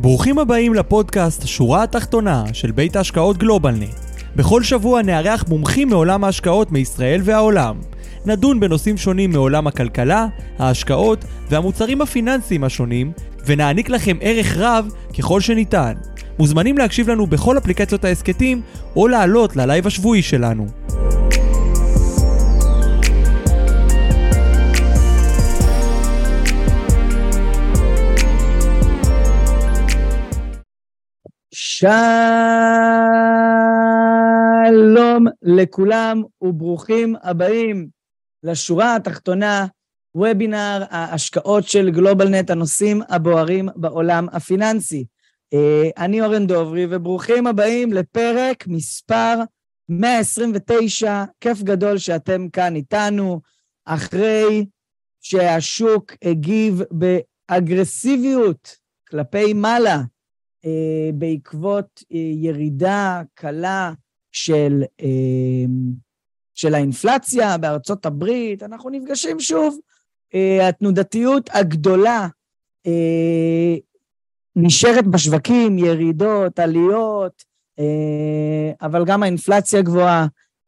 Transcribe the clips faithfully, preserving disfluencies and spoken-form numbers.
ברוכים הבאים לפודקאסט שורה התחתונה של בית ההשקעות גלובלנט. בכל שבוע נארח מומחים מעולם ההשקעות מישראל והעולם. נדון בנושאים שונים מעולם הכלכלה, ההשקעות והמוצרים הפיננסיים השונים, ונעניק לכם ערך רב ככל שניתן. מוזמנים להקשיב לנו בכל אפליקציות העסקתים או לעלות ללייב השבועי שלנו. שלום לכולם וברוכים הבאים לשורה התחתונה, וובינר ההשקעות של גלובלנט, הנושאים הבוערים בעולם הפיננסי. אני אורן דוברי וברוכים הבאים לפרק מספר מאה עשרים ותשע, כיף גדול שאתם כאן איתנו, אחרי שהשוק הגיב באגרסיביות כלפי מעלה, בעקבות ירידה קלה של, של האינפלציה בארצות הברית. אנחנו נפגשים שוב, התנודתיות הגדולה נשארת בשווקים, ירידות, עליות, אבל גם האינפלציה גבוהה,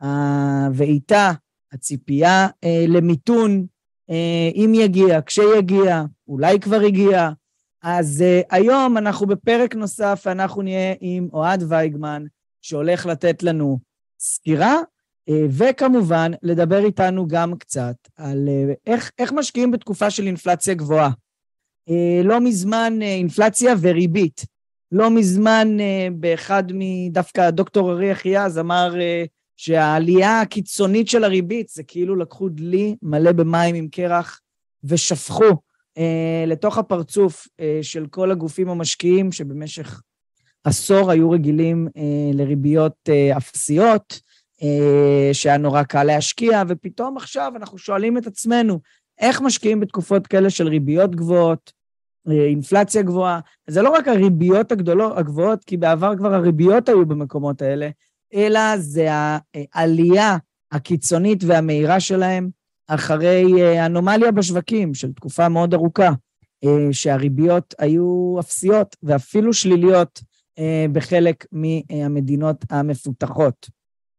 ואיתה הציפייה למיתון, אם יגיע, כשיגיע, אולי כבר הגיע. אז uh, היום אנחנו בפרק נוסף, ואנחנו נהיה עם אוהד וייגמן, שהולך לתת לנו סקירה, uh, וכמובן לדבר איתנו גם קצת על uh, איך, איך משקיעים בתקופה של אינפלציה גבוהה. Uh, לא מזמן uh, אינפלציה וריבית. לא מזמן uh, באחד מדווקא דוקטור ארי יחיאז אמר uh, שהעלייה הקיצונית של הריבית, זה כאילו לקחו דלי מלא במים עם קרח ושפכו, Uh, לתוך הפרצוף uh, של כל הגופים המשקיעים שבמשך עשור היו רגילים uh, לריביות uh, אפסיות, uh, שהיה נורא קל להשקיע, ופתאום עכשיו אנחנו שואלים את עצמנו, איך משקיעים בתקופות כאלה של ריביות גבוהות, uh, אינפלציה גבוהה? זה לא רק הריביות הגדולות, הגבוהות, כי בעבר כבר הריביות היו במקומות האלה, אלא זה העלייה הקיצונית והמהירה שלהם, אחרי אנומליה בשווקים של תקופה מאוד ארוכה, שהריביות היו אפסיות ואפילו שליליות בחלק מהמדינות המפותחות.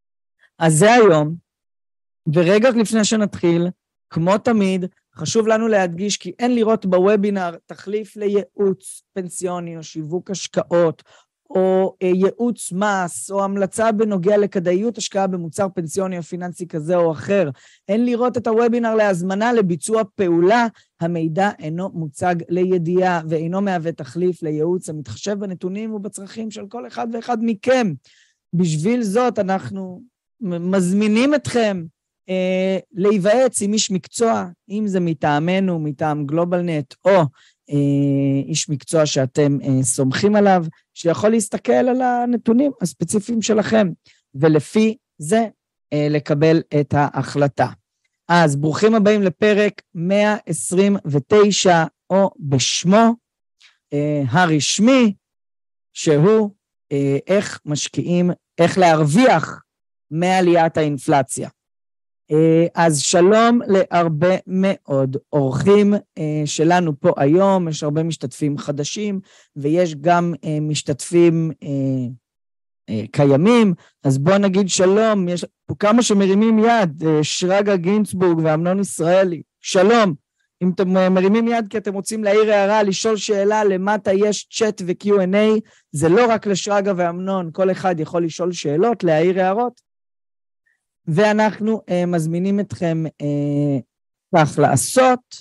אז זה היום, ורגע לפני שנתחיל, כמו תמיד, חשוב לנו להדגיש כי אין לראות בוובינר תחליף לייעוץ פנסיוני או שיווק השקעות, או ייעוץ מס, או המלצה בנוגע לכדאיות השקעה במוצר פנסיוני או פיננסי כזה או אחר. אין לראות את הוובינר להזמנה לביצוע פעולה, המידע אינו מוצג לידיעה, ואינו מהווה תחליף לייעוץ המתחשב בנתונים ובצרכים של כל אחד ואחד מכם. בשביל זאת אנחנו מזמינים אתכם אה, להיוועץ עם איש מקצוע, אם זה מטעמנו, מטעם גלובלנט, או איש מקצוע שאתם סומכים עליו, שיכול להסתכל על הנתונים הספציפיים שלכם, ולפי זה לקבל את ההחלטה. אז ברוכים הבאים לפרק מאה עשרים ותשע, או בשמו הרשמי, שהוא איך משקיעים, איך להרוויח מעליית האינפלציה. אז שלום להרבה מאוד אורחים שלנו פה היום, יש הרבה משתתפים חדשים, ויש גם משתתפים קיימים, אז בואו נגיד שלום, יש פה כמה שמרימים יד, שרגא גינצבורג ואמנון ישראלי, שלום, אם אתם מרימים יד כי אתם רוצים להעיר הערה, לשאול שאלה, למטה יש צ'אט ו-קיו אנד איי, זה לא רק לשרגא ואמנון, כל אחד יכול לשאול שאלות, להעיר הערות, ואנחנו uh, מזמינים אתכם uh, כך לעשות.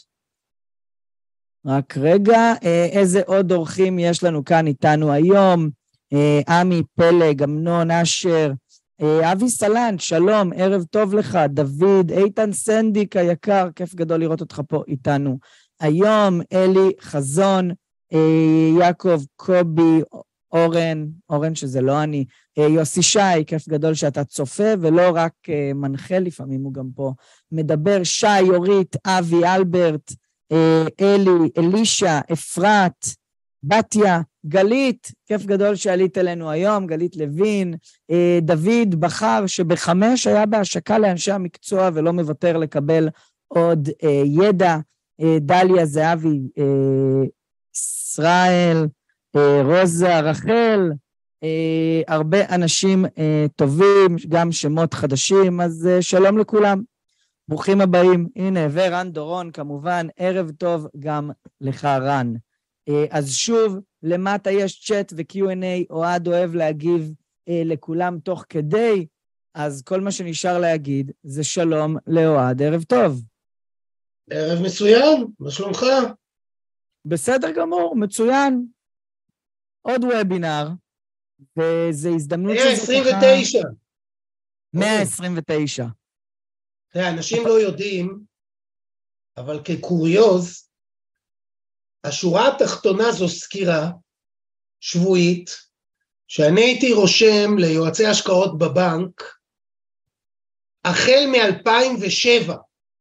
רק רגע, uh, איזה עוד אורחים יש לנו כאן איתנו היום? uh, עמי פלג, אמנון אשר, uh, אבי סלנט, שלום, ערב טוב לך, דוד, איתן סנדיק היקר, כיף גדול לראות אותך פה איתנו. היום אלי חזון, uh, יעקב קובי, אורן, אורן שזה לא אני, יוסי שי, כיף גדול שאתה צופה, ולא רק מנחה, לפעמים הוא גם פה מדבר, שי, יורית, אבי, אלברט, אלי, אלישה, אפרת, בתיה, גלית, כיף גדול שעלית אלינו היום, גלית לוין, דוד בחר שבחמש היה בהשקה לאנשי המקצוע, ולא מוותר לקבל עוד ידע, דליה זהבי, ישראל, רוזה, רחל, הרבה אנשים טובים, גם שמות חדשים, אז שלום לכולם. ברוכים הבאים. הנה, ורן דורון, כמובן, ערב טוב גם לך, רן. אז שוב, למטה יש צ'אט ו-קיו אנד איי, אוהד אוהב להגיב לכולם תוך כדי, אז כל מה שנשאר להגיד זה שלום לאוהד, ערב טוב. ערב מצוין, מה שלומך? בסדר גמור, מצוין. עוד וובינר, וזו הזדמנות מאה עשרים ותשע. מאה עשרים ותשע. תראה, אנשים לא יודעים, אבל כקוריוז, השורה התחתונה זו סקירה שבועית, שאני הייתי רושם ליועצי השקעות בבנק, החל מ-אלפיים ושבע,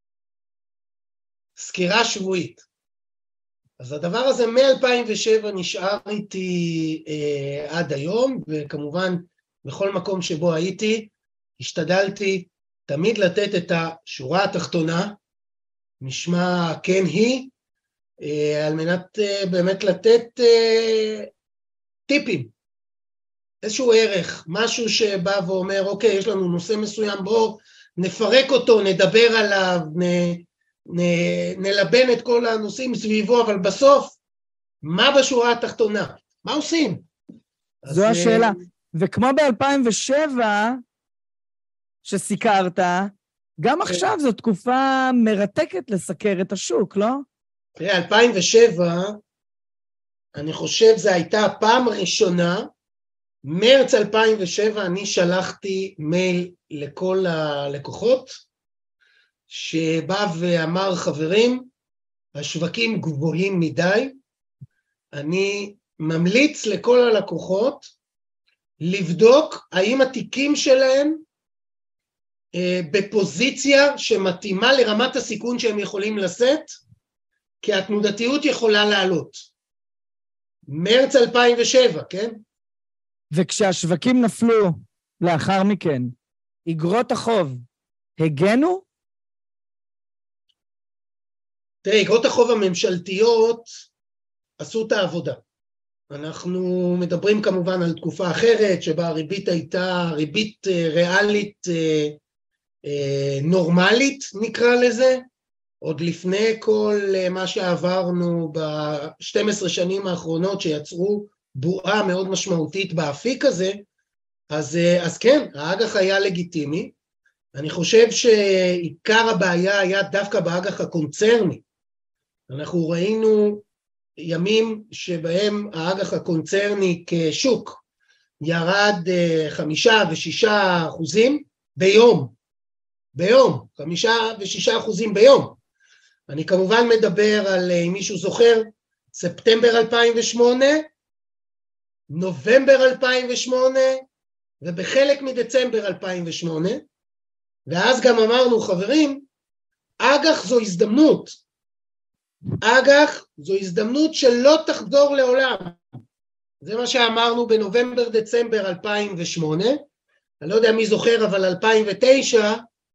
סקירה שבועית. אז הדבר הזה מ-אלפיים ושבע נשאר איתי אה, עד היום, וכמובן בכל מקום שבו הייתי, השתדלתי תמיד לתת את השורה התחתונה, נשמע כן היא, אה, על מנת אה, באמת לתת אה, טיפים, איזשהו ערך, משהו שבא ואומר, אוקיי, יש לנו נושא מסוים, בואו נפרק אותו, נדבר עליו, נ, נ, נלבן את כל הנושאים סביבו, אבל בסוף, מה בשורה התחתונה? מה עושים? זו אז, השאלה. וכמו ב-אלפיים ושבע, שסיקרת, גם עכשיו זו תקופה מרתקת לסקר את השוק, לא? תראה, אלפיים ושבע, אני חושב זו הייתה הפעם הראשונה, מרץ אלפיים ושבע אני שלחתי מייל לכל הלקוחות, שבא ואמר, חברים, השווקים גבוהים מדי, אני ממליץ לכל הלקוחות לבדוק האם התיקים שלהם אה, בפוזיציה שמתאימה לרמת הסיכון שהם יכולים לשאת, כי התנודתיות יכולה לעלות. מרץ אלפיים ושבע, כן? וכשהשווקים נפלו לאחר מכן, אגרות החוב הגנו? תראה, אגרות החוב הממשלתיות עשו את העבודה. אנחנו מדברים כמובן על תקופה אחרת, שבה הריבית הייתה ריבית ריאלית נורמלית, נקרא לזה, עוד לפני כל מה שעברנו ב-שתים עשרה שנים האחרונות שיצרו בועה מאוד משמעותית באפיק הזה, אז, אז כן, האג"ח היה לגיטימי. אני חושב שעיקר הבעיה היה דווקא באג"ח הקונצרני. אנחנו ראינו ימים שבהם האג"ח הקונצרני כשוק ירד חמישה ושישה אחוזים ביום, ביום, חמישה ושישה אחוזים ביום. אני כמובן מדבר על, אם מישהו זוכר, ספטמבר אלפיים ושמונה, נובמבר אלפיים ושמונה, ובחלק מדצמבר אלפיים ושמונה, ואז גם אמרנו, חברים, אג"ח זו הזדמנות, אג"ח זו הזדמנות שלא תחזור לעולם. זה מה שאמרנו בנובמבר דצמבר אלפיים ושמונה, אני לא יודע מי זוכר, אבל אלפיים ותשע,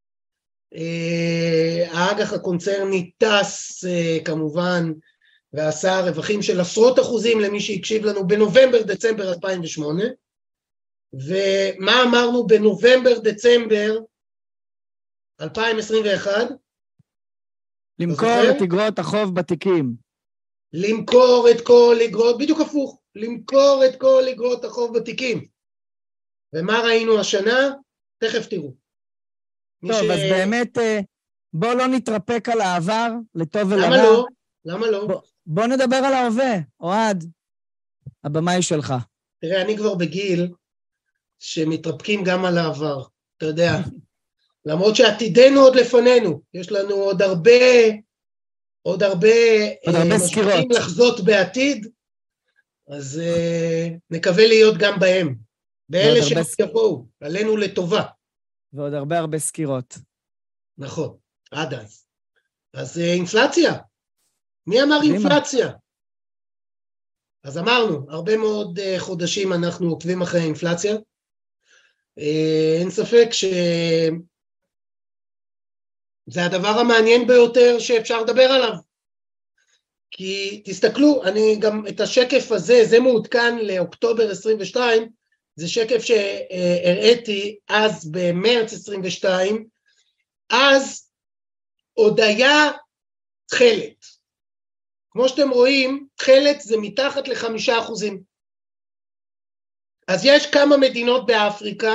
האג"ח הקונצרני טס כמובן, ועשה רווחים של עשרות אחוזים למי שהקשיב לנו בנובמבר דצמבר אלפיים ושמונה, ומה אמרנו בנובמבר דצמבר אלפיים עשרים ואחת? למכור את אגרות החוב בתיקים. למכור את כל אגרות, בדיוק הפוך, למכור את כל אגרות החוב בתיקים. ומה ראינו השנה? תכף תראו. טוב, ש... אז באמת בוא לא נתרפק על העבר, לטוב ולרע. למה לא? למה לא? בוא, בוא נדבר על ההווה, אוהד. הבמה היא שלך. תראה, אני כבר בגיל שמתרפקים גם על העבר, אתה יודע. למרות שעתידנו עוד לפנינו, יש לנו עוד הרבה, עוד הרבה, עוד הרבה סקירות. לחזות בעתיד, אז uh, נקווה להיות גם בהם. באלה שיבואו, עלינו לטובה. ועוד הרבה הרבה סקירות. נכון, עד אז. אז uh, אינפלציה. מי אמר אינפלציה? אז אמרנו, הרבה מאוד uh, חודשים אנחנו עוקבים אחרי האינפלציה. Uh, אין ספק ש... זה הדבר המעניין ביותר שאפשר לדבר עליו. כי תסתכלו, אני גם את השקף הזה, זה מעודכן לאוקטובר עשרים ושתיים, זה שקף שהראיתי אז במרץ עשרים ושתיים, אז עוד היה תחלת. כמו שאתם רואים, תחלת זה מתחת לחמישה אחוזים. אז יש כמה מדינות באפריקה,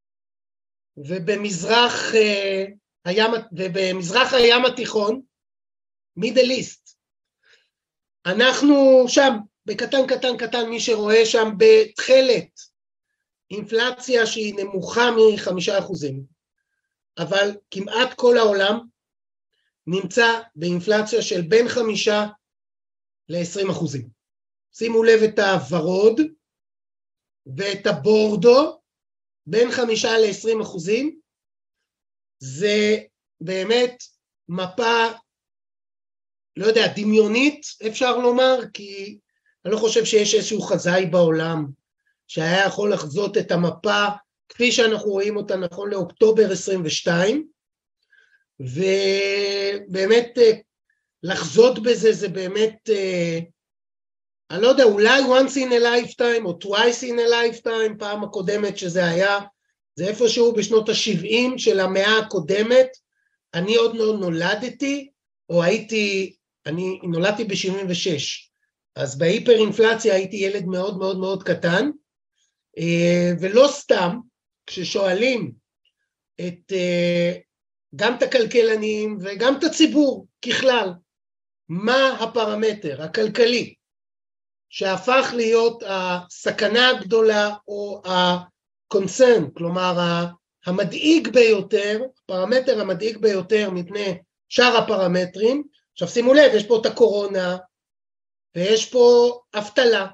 ובמזרח הים, ובמזרח הים התיכון, מידל איסט. אנחנו שם, בקטן קטן קטן, מי שרואה שם בתחלת, אינפלציה שהיא נמוכה מחמישה אחוזים, אבל כמעט כל העולם נמצא באינפלציה של בין חמישה לעשרים אחוזים. שימו לב את הוורוד ואת הבורדו, בין חמישה לעשרים אחוזים, זה באמת מפה, לא יודע, דמיונית אפשר לומר, כי אני לא חושב שיש איזשהו חזאי בעולם שהיה יכול לחזות את המפה כפי שאנחנו רואים אותה נכון לאוקטובר עשרים ושתיים, ובאמת לחזות בזה זה באמת, אני לא יודע, אולי once in a lifetime או twice in a lifetime, פעם הקודמת שזה היה, זה איפשהו בשנות ה-שבעים של המאה הקודמת, אני עוד לא נולדתי, או הייתי, אני נולדתי ב-שבעים ושש, אז בהיפר אינפלציה הייתי ילד מאוד מאוד מאוד קטן, ולא סתם, כששואלים את, גם את הכלכלנים וגם את הציבור ככלל, מה הפרמטר הכלכלי שהפך להיות הסכנה הגדולה או הקונצרן, כלומר המדאיג ביותר, הפרמטר המדאיג ביותר מפני שאר הפרמטרים. עכשיו שימו לב, יש פה את הקורונה, ויש פה אבטלה,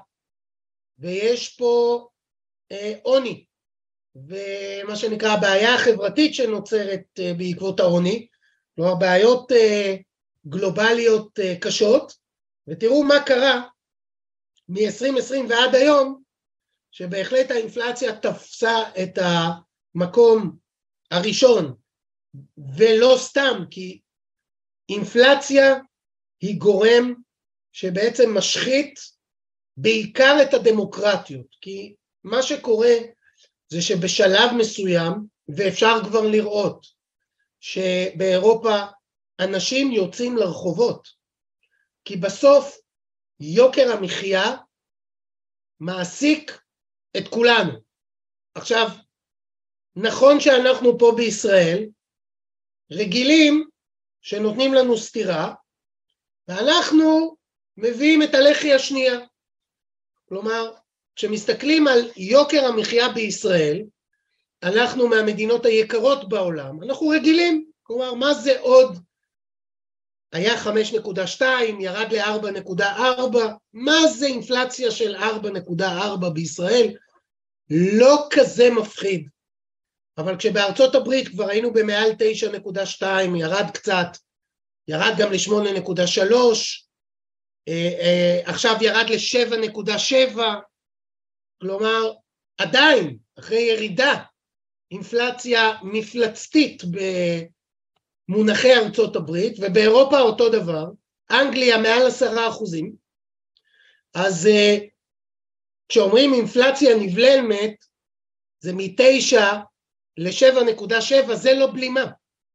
ויש פה אה, עוני, ומה שנקרא הבעיה החברתית שנוצרת אה, בעקבות העוני, כלומר בעיות אה, גלובליות אה, קשות, ותראו מה קרה מ-עשרים עשרים ועד היום, שבהחלט האינפלציה תפסה את המקום הראשון, ולא סתם, כי אינפלציה היא גורם שבעצם משחית בעיקר את הדמוקרטיות, כי מה שקורה זה שבשלב מסוים, ואפשר כבר לראות שבאירופה אנשים יוצאים לרחובות, כי בסוף יוקר המחיה מעסיק את כולנו. עכשיו, נכון שאנחנו פה בישראל רגילים שנותנים לנו סתירה, ואנחנו מביאים את הלחי השנייה. כלומר, כשמסתכלים על יוקר המחיה בישראל, אנחנו מהמדינות היקרות בעולם, אנחנו רגילים, כלומר, מה זה עוד? היה חמש נקודה שתיים, ירד ל-ארבע נקודה ארבע, מה זה אינפלציה של ארבע נקודה ארבע בישראל? לא כזה מפחיד. אבל כשבארצות הברית כבר היינו במעל תשע נקודה שתיים, ירד קצת, ירד גם ל-שמונה נקודה שלוש, עכשיו ירד ל-שבע נקודה שבע, כלומר, עדיין, אחרי ירידה, אינפלציה מפלצתית במונחי ארצות הברית, ובאירופה אותו דבר, אנגליה מעל עשרה אחוזים, אז כשאומרים אינפלציה נבלמת, זה מתשע ל-שבע נקודה שבע, זה לא בלימה.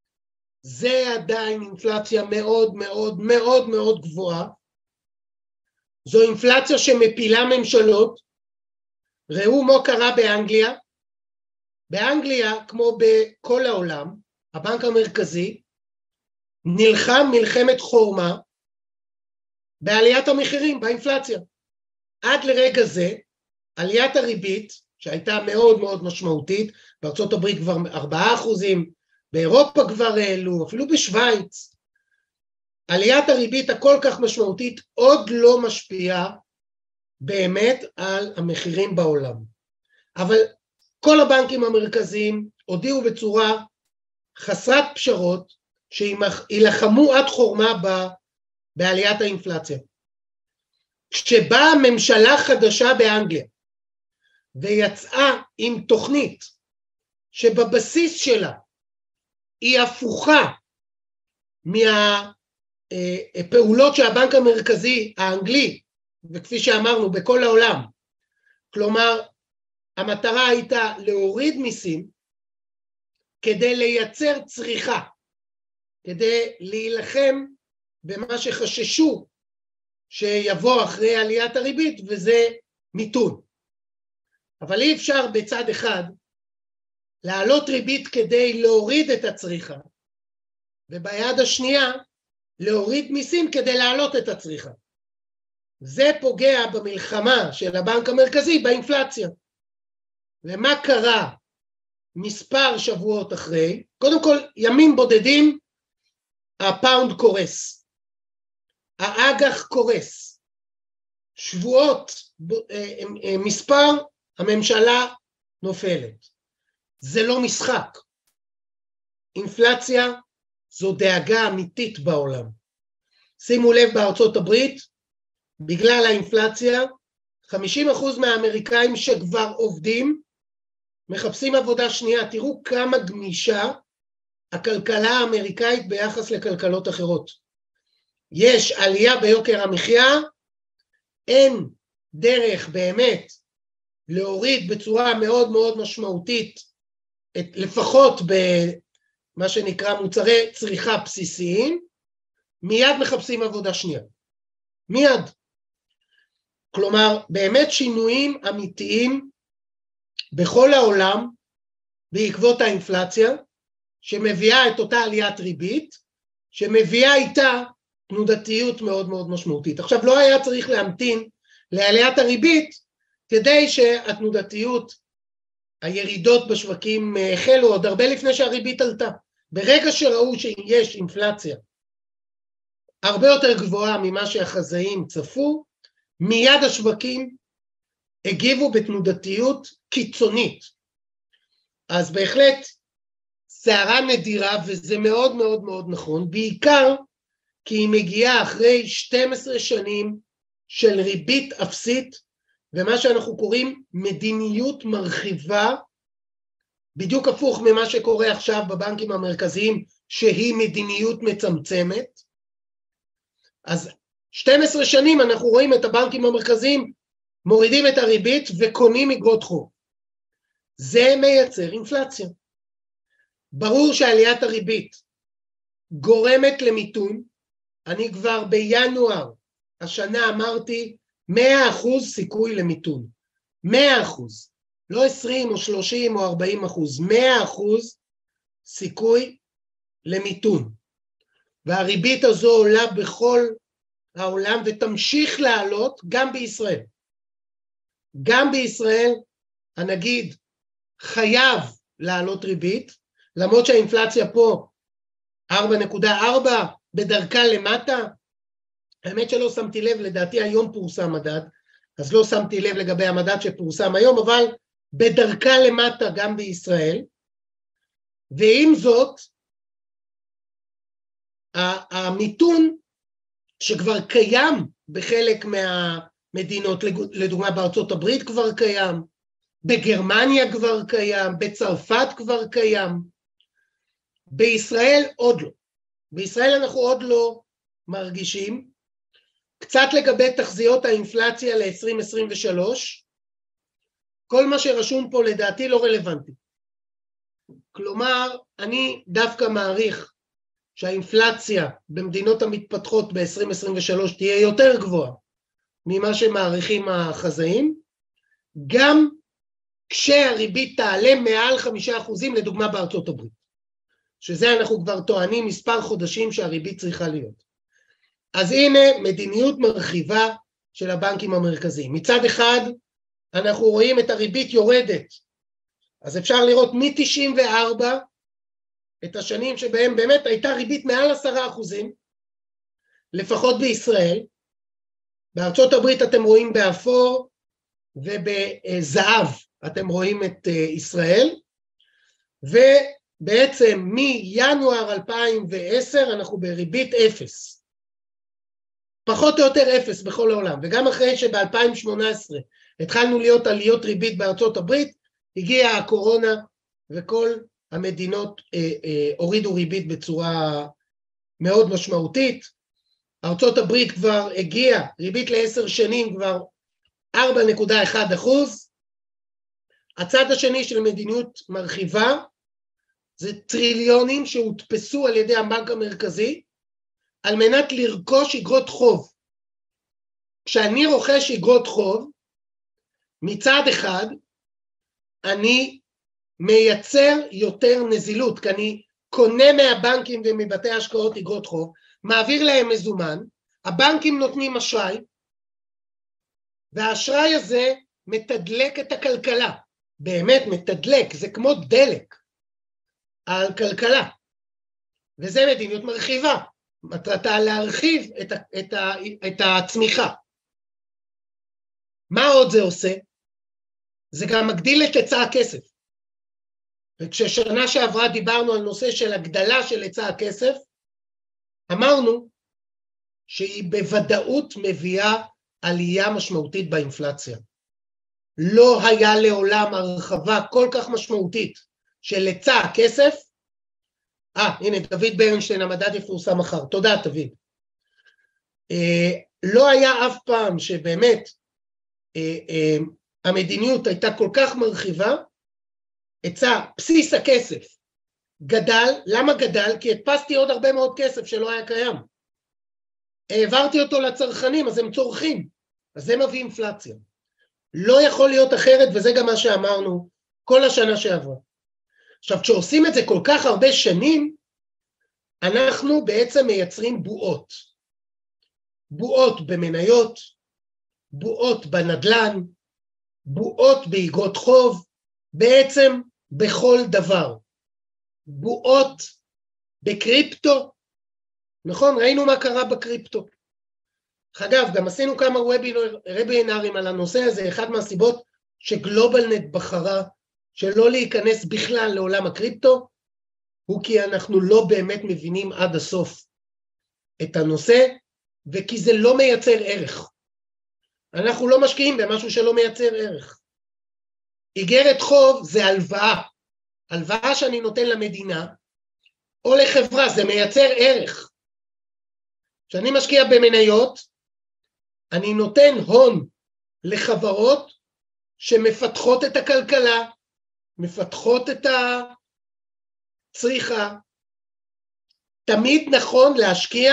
זה עדיין אינפלציה מאוד מאוד מאוד מאוד גבוהה, זו אינפלציה שמפילה ממשלות. ראו מה קרה באנגליה, באנגליה כמו בכל העולם, הבנק המרכזי נלחם מלחמת חורמה בעליית המחירים, באינפלציה. עד לרגע זה, עליית הריבית, שהייתה מאוד מאוד משמעותית, בארצות הברית כבר ארבעה אחוזים, באירופה כבר העלו, אפילו בשוויץ, עליית הריבית הכל כך משמעותית עוד לא משפיעה באמת על המחירים בעולם. אבל כל הבנקים המרכזיים הודיעו בצורה חסרת פשרות שילחמו עד חורמה בעליית האינפלציה. כשבאה ממשלה חדשה באנגליה ויצאה עם תוכנית שבבסיס שלה היא הפוכה מה פעולות שהבנק המרכזי האנגלי, וכפי שאמרנו בכל העולם, כלומר המטרה הייתה להוריד מיסים כדי לייצר צריכה, כדי להילחם במה שחששו שיבוא אחרי עליית הריבית, וזה מיתון. אבל אי אפשר בצד אחד להעלות ריבית כדי להוריד את הצריכה, וביד השנייה להוריד מיסים כדי להעלות את הצריכה. זה פוגע במלחמה של הבנק המרכזי באינפלציה. ומה קרה מספר שבועות אחרי? קודם כל, ימים בודדים, הפאונד קורס, האג"ח קורס, שבועות, מספר, הממשלה נופלת. זה לא משחק. אינפלציה זו דאגה אמיתית בעולם. שימו לב, בארצות הברית, בגלל האינפלציה, חמישים אחוז מהאמריקאים שכבר עובדים, מחפשים עבודה שנייה. תראו כמה גמישה הכלכלה האמריקאית ביחס לכלכלות אחרות. יש עלייה ביוקר המחיה, אין דרך באמת להוריד בצורה מאוד מאוד משמעותית, את, לפחות במה שנקרא מוצרי צריכה בסיסיים, מיד מחפשים עבודה שנייה. מיד. כלומר, באמת שינויים אמיתיים בכל העולם בעקבות האינפלציה, שמביאה את אותה עליית ריבית, שמביאה איתה תנודתיות מאוד מאוד משמעותית. עכשיו, לא היה צריך להמתין לעליית הריבית, כדי שהתנודתיות, הירידות בשווקים החלו עוד הרבה לפני שהריבית עלתה. ברגע שראו שיש אינפלציה הרבה יותר גבוהה ממה שהחזאים צפו, מיד השווקים הגיבו בתנודתיות קיצונית. אז בהחלט סערה נדירה, וזה מאוד מאוד מאוד נכון, בעיקר כי היא מגיעה אחרי שתים עשרה שנים של ריבית אפסית, ומה שאנחנו קוראים מדיניות מרחיבה, בדיוק הפוך ממה שקורה עכשיו בבנקים המרכזיים, שהיא מדיניות מצמצמת. אז שתים עשרה שנים אנחנו רואים את הבנקים המרכזיים מורידים את הריבית וקונים אגרות חוב. זה מייצר אינפלציה. ברור שעליית הריבית גורמת למיתון. אני כבר בינואר השנה אמרתי מאה אחוז סיכוי למיתון. מאה אחוז. לא עשרים או שלושים או ארבעים אחוז. מאה אחוז סיכוי למיתון. והריבית הזו עולה בכל העולם ותמשיך לעלות גם בישראל. גם בישראל הנגיד חייב לעלות ריבית, למרות שהאינפלציה פה ארבע נקודה ארבע בדרכה למטה. האמת שלא שמתי לב, לדעתי היום פורסם מדד, אז לא שמתי לב לגבי המדד שפורסם היום, אבל בדרכה למטה גם בישראל. ועם זאת, המיתון שכבר קיים בחלק מהמדינות, לדוגמה בארצות הברית כבר קיים, בגרמניה כבר קיים, בצרפת כבר קיים, בישראל עוד לא. בישראל אנחנו עוד לא מרגישים. קצת לגבי תחזיות האינפלציה ל-עשרים עשרים ושלוש, כל מה שרשום פה לדעתי לא רלוונטי. כלומר, אני דווקא מעריך שהאינפלציה במדינות המתפתחות ב-עשרים עשרים ושלוש תהיה יותר גבוהה ממה שמעריכים החזאים, גם כשהריבית תעלה מעל חמישה אחוזים, לדוגמה בארצות הברית, שזה אנחנו כבר טוענים מספר חודשים שהריבית צריכה להיות. אז הנה מדיניות מרחיבה של הבנקים המרכזיים. מצד אחד אנחנו רואים את הריבית יורדת, אז אפשר לראות מ-תשעים וארבע את השנים שבהם באמת הייתה ריבית מעל עשרה אחוזים, לפחות בישראל. בארצות הברית אתם רואים באפור, ובזהב אתם רואים את ישראל, ובעצם מינואר אלפיים ועשר אנחנו בריבית אפס. פחות או יותר אפס בכל העולם, וגם אחרי שב-אלפיים שמונה עשרה התחלנו להיות עליות ריבית בארצות הברית, הגיעה הקורונה וכל המדינות אה, אה, הורידו ריבית בצורה מאוד משמעותית, ארצות הברית כבר הגיעה, ריבית לעשר שנים כבר ארבע נקודה אחת אחוז, הצד השני של מדיניות מרחיבה, זה טריליונים שהודפסו על ידי הבנק המרכזי, על מנת לרכוש אגרות חוב. כשאני רוכש אגרות חוב, מצד אחד, אני מייצר יותר נזילות, כי אני קונה מהבנקים ומבתי השקעות אגרות חוב, מעביר להם מזומן, הבנקים נותנים אשראי, והאשראי הזה מתדלק את הכלכלה, באמת מתדלק, זה כמו דלק על כלכלה, וזה מדיניות מרחיבה, מטרתה להרחיב את, את, את הצמיחה. מה עוד זה עושה? זה גם מגדיל את היצע הכסף. וכששנה שעברה דיברנו על נושא של הגדלה של היצע הכסף, אמרנו שהיא בוודאות מביאה עלייה משמעותית באינפלציה. לא היה לעולם הרחבה כל כך משמעותית של היצע הכסף. אה, הנה, דוד ברנשטיין, המדד יפורסם מחר. תודה, דוד. אה, לא היה אף פעם שבאמת אה, אה, המדיניות הייתה כל כך מרחיבה, היצע, בסיס הכסף גדל. למה גדל? כי הדפסתי עוד הרבה מאוד כסף שלא היה קיים. העברתי אותו לצרכנים, אז הם צורכים, אז זה מביא אינפלציה. לא יכול להיות אחרת, וזה גם מה שאמרנו כל השנה שעברה. עכשיו, כשעושים את זה כל כך הרבה שנים, אנחנו בעצם מייצרים בועות. בועות במניות, בועות בנדלן, בועות באגרות חוב, בעצם בכל דבר. בועות בקריפטו, נכון? ראינו מה קרה בקריפטו. אגב, גם עשינו כמה וובינרים על הנושא הזה. אחד מהסיבות שגלובלנט בחרה שלא להיכנס בכלל לעולם הקריפטו, הוא כי אנחנו לא באמת מבינים עד הסוף את הנושא, וכי זה לא מייצר ערך. אנחנו לא משקיעים במשהו שלא מייצר ערך. איגרת חוב זה הלוואה. הלוואה שאני נותן למדינה, או לחברה, זה מייצר ערך. כשאני משקיע במניות, אני נותן הון לחברות שמפתחות את הכלכלה, מפתחות את הצריכה. תמיד נכון להשקיע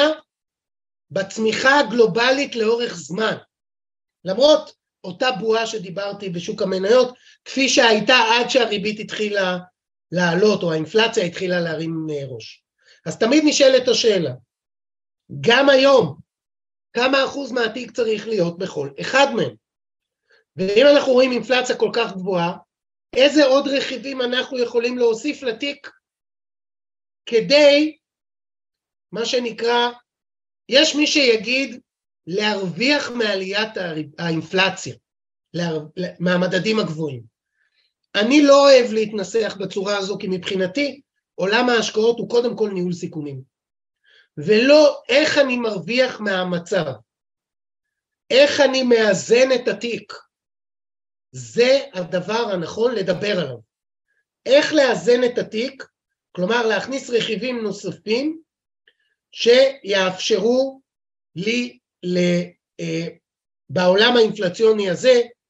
בצמיחה הגלובלית לאורך זמן. למרות אותה בועה שדיברתי בשוק המניות, כפי שהייתה עד שהריבית התחילה לעלות, או האינפלציה התחילה להרים ראש. אז תמיד נשאלת השאלה, גם היום, כמה אחוז מהתיק צריך להיות בכל אחד מהם? ואם אנחנו רואים אינפלציה כל כך גבוהה, איזה עוד רכיבים אנחנו יכולים להוסיף לתיק, כדי, מה שנקרא, יש מי שיגיד, להרוויח מעליית האינפלציה, מהמדדים הגבוהים. אני לא אוהב להתנסח בצורה הזו, כי מבחינתי, עולם ההשקעות הוא קודם כל ניהול סיכונים. ולא איך אני מרוויח מהמצב, איך אני מאזן את התיק. זה הדבר הנכון לדבר עליו. איך לאזן את התיק, כלומר להכניס רכיבים נוספים, שיאפשרו לי אה, בעולם האינפלציוני הזה,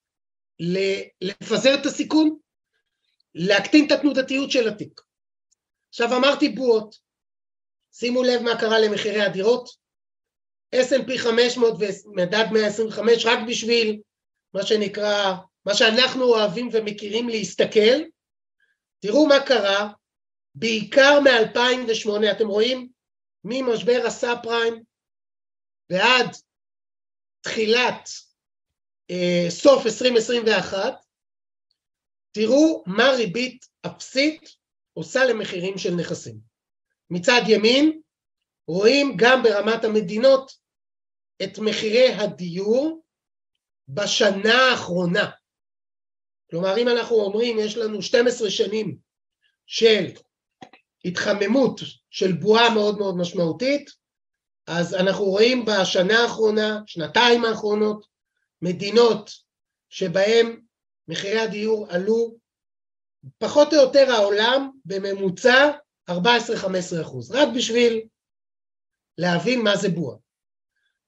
לפזר את הסיכון, להקטין את התנודתיות של התיק. עכשיו אמרתי בועות, שימו לב מה קרה למחירי הדירות, אס אנד פי חמש מאות ומדד מאה עשרים וחמש, רק בשביל מה שנקרא, מה שאנחנו אוהבים ומכירים להסתכל, תראו מה קרה, בעיקר מ-אלפיים ושמונה, אתם רואים, ממשבר הסאב פריים, ועד תחילת אה, סוף עשרים עשרים ואחת, תראו מה ריבית אפסית עושה למחירים של נכסים. מצד ימין רואים גם ברמת המדינות את מחירי הדיור בשנה האחרונה. כלומר, אם אנחנו אומרים יש לנו שתים עשרה שנים של התחממות של בועה מאוד מאוד משמעותית, אז אנחנו רואים בשנה האחרונה, שנתיים האחרונות, מדינות שבהן מחירי הדיור עלו, פחות או יותר העולם בממוצע ארבע עשרה עד חמש עשרה אחוז, רק בשביל להבין מה זה בועה.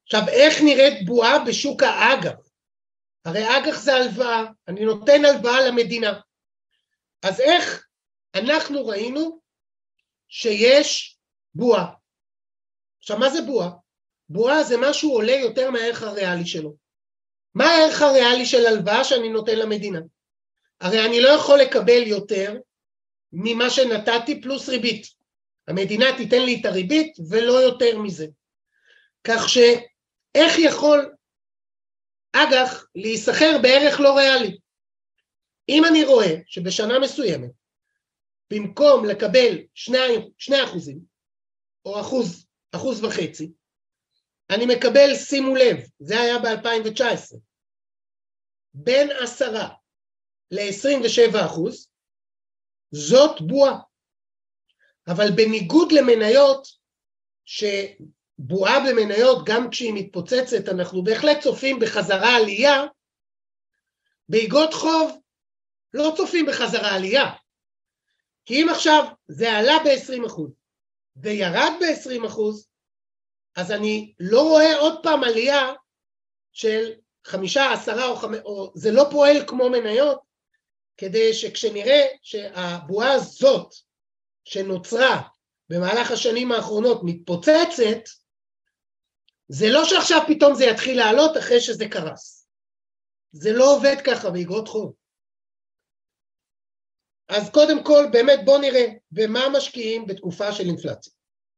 עכשיו, איך נראית בועה בשוק האג"ח? הרי אג"ח זה הלוואה, אני נותן הלוואה למדינה. אז איך אנחנו ראינו שיש בועה? עכשיו, מה זה בועה? בועה זה משהו עולה יותר מהערך הריאלי שלו. מה הערך הריאלי של הלוואה שאני נותן למדינה? הרי אני לא יכול לקבל יותר ממה שנתתי פלוס ריבית. המדינה תיתן לי את הריבית ולא יותר מזה. כך שאיך יכול אג"ח להיסחר בערך לא ריאלי? אם אני רואה שבשנה מסוימת, במקום לקבל שני, שני אחוזים, או אחוז, אחוז וחצי, אני מקבל, שימו לב, זה היה ב-אלפיים תשע עשרה, בין עשרה ל-עשרים ושבע אחוז, זאת בועה. אבל בניגוד למניות, שבועה במניות, גם כשהיא מתפוצצת, אנחנו בהחלט צופים בחזרה עלייה, באגרות חוב לא צופים בחזרה עלייה. כי אם עכשיו זה עלה ב-עשרים אחוז, וירד ב-עשרים אחוז, אז אני לא רואה עוד פעם עלייה של חמישה, עשרה או חמש, או זה לא פועל כמו מניות, כדי שכשנראה שהבועה הזאת שנוצרה במהלך השנים האחרונות מתפוצצת, זה לא שעכשיו פתאום זה יתחיל לעלות אחרי שזה קרס. זה לא עובד ככה באגרות חוב. אז קודם כל באמת בוא נראה במה משקיעים בתקופה של אינפלציה.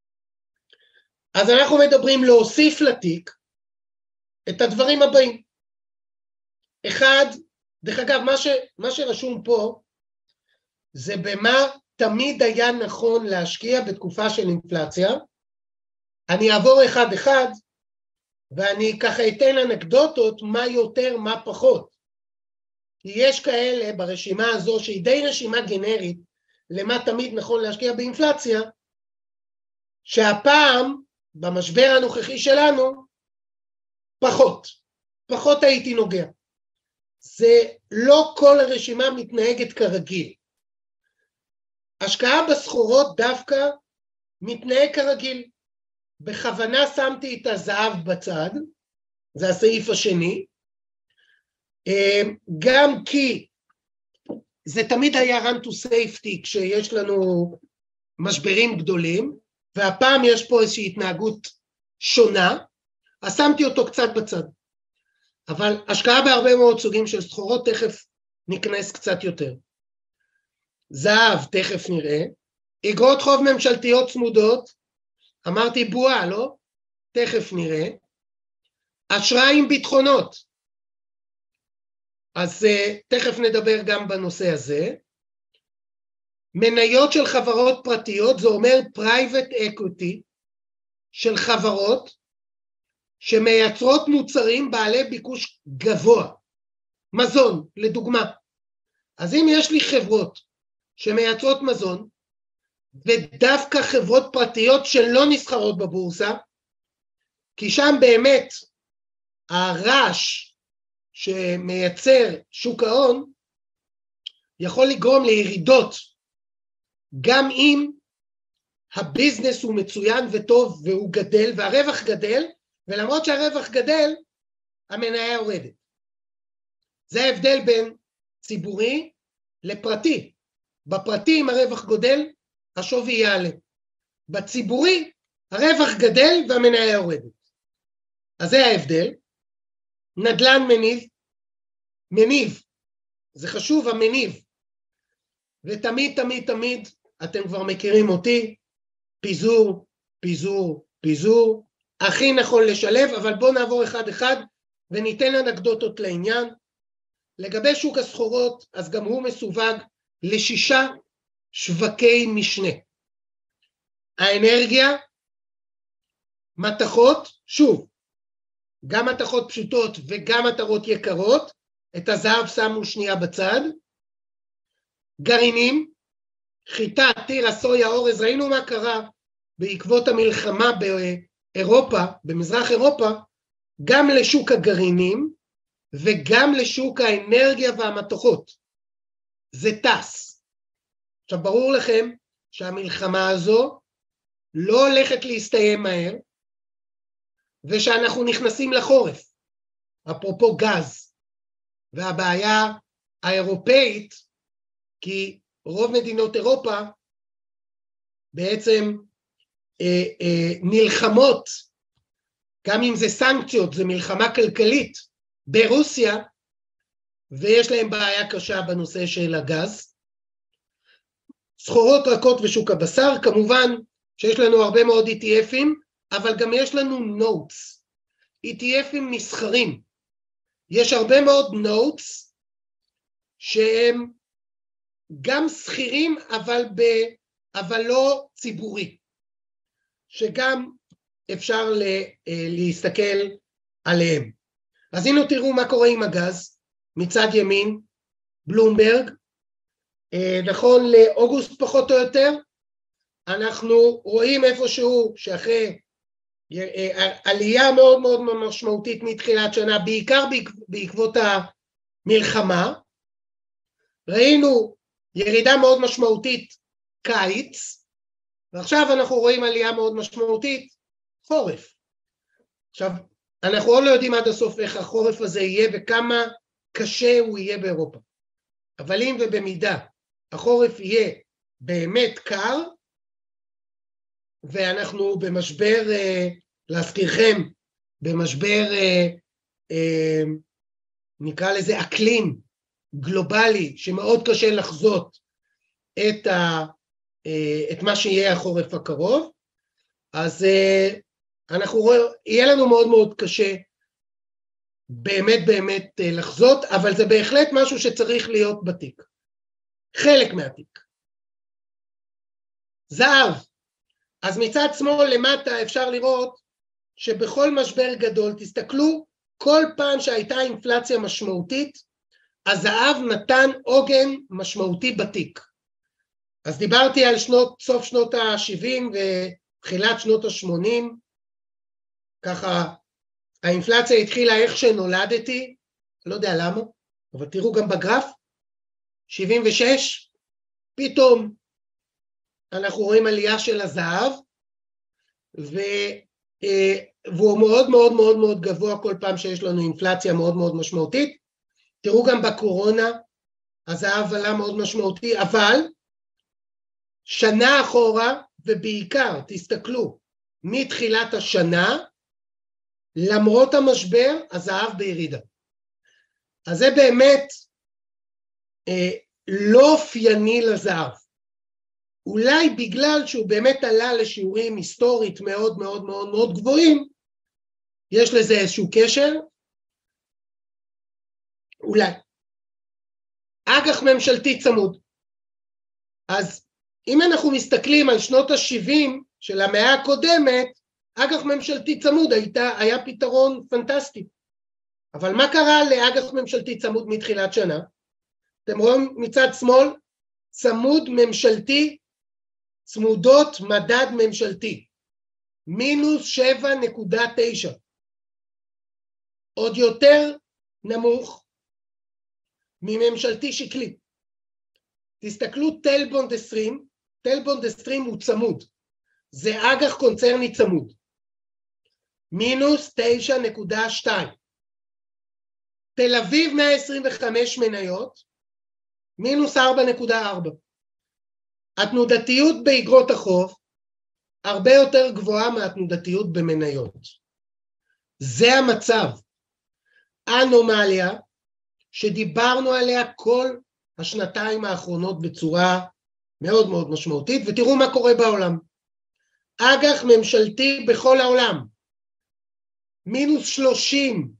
אז אנחנו מדברים להוסיף לתיק את הדברים הבאים. אחד, דרך אגב, מה, ש, מה שרשום פה, זה במה תמיד היה נכון להשקיע בתקופה של אינפלציה. אני אעבור אחד אחד, ואני ככה אתן אנקדוטות מה יותר, מה פחות. כי יש כאלה ברשימה הזו, שהיא די רשימה גנרית, למה תמיד נכון להשקיע באינפלציה, שהפעם, במשבר הנוכחי שלנו, פחות. פחות הייתי נוגע. זה לא כל הרשימה מתנהגת כרגיל. השקעה בסחורות דווקא מתנהג כרגיל. בכוונה שמתי את הזהב בצד, זה הסעיף השני, גם כי זה תמיד היה run to safety כשיש לנו משברים גדולים, והפעם יש פה איזושהי התנהגות שונה, אז שמתי אותו קצת בצד. אבל השקעה בהרבה מאוד סוגים של סחורות, תכף נכנס קצת יותר. זהב, תכף נראה. אגרות חוב ממשלתיות צמודות, אמרתי בועה, לא? תכף נראה. אשראי עם ביטחונות, אז uh, תכף נדבר גם בנושא הזה. מניות של חברות פרטיות, זה אומר private equity, של חברות שמייצרות מוצרים בעלי ביקוש גבוה. מזון, לדוגמה. אז אם יש לי חברות שמייצרות מזון, ודווקא חברות פרטיות שלא נסחרות בבורסה, כי שם באמת הרעש שמייצר שוק ההון יכול לגרום לירידות, גם אם הביזנס הוא מצוין וטוב והוא גדל והרווח גדל, ולמרות שהרווח גדל, המניה יורדת. זה ההבדל בין ציבורי לפרטי. בפרטי אם הרווח גודל, השווי יעלה. בציבורי, הרווח גדל והמניה יורדת. אז זה ההבדל. נדל"ן מניב, מניב, זה חשוב המניב. ותמיד, תמיד, תמיד, אתם כבר מכירים אותי, פיזור, פיזור, פיזור, הכי נכון לשלב, אבל בואו נעבור אחד אחד, וניתן אנקדוטות לעניין. לגבי שוק הסחורות, אז גם הוא מסווג לשישה שווקי משנה. האנרגיה, מתכות, שוב, גם מתכות פשוטות וגם מטרות יקרות, את הזהב שמו שנייה בצד. גרעינים, חיטה, טירה, סויה, אורז, ראינו מה קרה בעקבות המלחמה באירופה, במזרח אירופה, גם לשוק הגרעינים וגם לשוק האנרגיה והמתכות. זה טס. עכשיו ברור לכם שהמלחמה הזו לא הולכת להסתיים מהר, ושאנחנו נכנסים לחורף, אפרופו גז, והבעיה האירופאית, כי רוב מדינות אירופה בעצם אה, אה, נלחמות, גם אם זה סנקציות, זה מלחמה כלכלית ברוסיה, ויש להם בעיה קשה בנושא של הגז. סחורות רכות ושוק הבשר, כמובן שיש לנו הרבה מאוד E T F'ים, אבל גם יש לנו נוטס, E T F'ים נסחרים. יש הרבה מאוד נוטס שהם גם סחירים, אבל, ב, אבל לא ציבורי, שגם אפשר ל, להסתכל עליהם. אז הנה תראו מה קורה עם הגז, מצד ימין, בלומברג, נכון לאוגוסט פחות או יותר, אנחנו רואים איפשהו שאחרי עלייה מאוד מאוד משמעותית מתחילת שנה, בעיקר בעקבות המלחמה, ראינו ירידה מאוד משמעותית קיץ, ועכשיו אנחנו רואים עלייה מאוד משמעותית חורף. עכשיו, אנחנו עוד לא יודעים עד הסוף איך החורף הזה יהיה וכמה קשה הוא יהיה באירופה. אבל אם ובמידה החורף יהיה באמת קר, ואנחנו במשבר, להזכירכם, במשבר, נקרא לזה אקלים גלובלי, שמאוד קשה לחזות את, ה, את מה שיהיה החורף הקרוב, אז אנחנו רואים, יהיה לנו מאוד מאוד קשה באמת באמת לחזות, אבל זה בהחלט משהו שצריך להיות בתיק. חלק מהתיק. זהב. אז מצד שמאל למטה אפשר לראות שבכל משבר גדול, תסתכלו, כל פעם שהייתה אינפלציה משמעותית, הזהב נתן עוגן משמעותי בתיק. אז דיברתי על שנות, סוף שנות ה-שבעים ותחילת שנות ה-שמונים, ככה האינפלציה התחילה איך שנולדתי, לא יודע למה, אבל תראו גם בגרף, שבעים ושש, פתאום אנחנו רואים עלייה של הזהב, ו, והוא מאוד מאוד מאוד מאוד גבוה כל פעם שיש לנו אינפלציה מאוד מאוד משמעותית. תראו גם בקורונה, הזהב עלה מאוד משמעותי, אבל שנה אחורה, ובעיקר, תסתכלו, מתחילת השנה, למרות המשבר, הזהב בירידה. אז זה באמת אה, לא אופייני לזהב. אולי בגלל שהוא באמת עלה לשיעורים היסטורית מאוד מאוד מאוד מאוד גבוהים, יש לזה איזשהו קשר, אולי. אג"ח ממשלתי צמוד. אז אם אנחנו מסתכלים על שנות ה-שבעים של המאה הקודמת, אג"ח ממשלתי צמוד הייתה, היה פתרון פנטסטי. אבל מה קרה לאג"ח ממשלתי צמוד מתחילת שנה? אתם רואים מצד שמאל, צמוד ממשלתי, צמודות מדד ממשלתי, מינוס שבע נקודה תשע. עוד יותר נמוך מממשלתי שקלי. תסתכלו טלבונד עשרים, טלבונד עשרים הוא צמוד, זה אג"ח קונצרני צמוד, מינוס תשע נקודה שתיים. תל אביב מאה עשרים וחמש מניות, מינוס ארבע נקודה ארבע. התנודתיות באגרות החוב הרבה יותר גבוהה מהתנודתיות במניות. זה המצב. אנומליה שדיברנו עליה כל השנתיים האחרונות בצורה מאוד מאוד משמעותית, ותראו מה קורה בעולם. אג"ח ממשלתי בכל העולם, מינוס שלושים,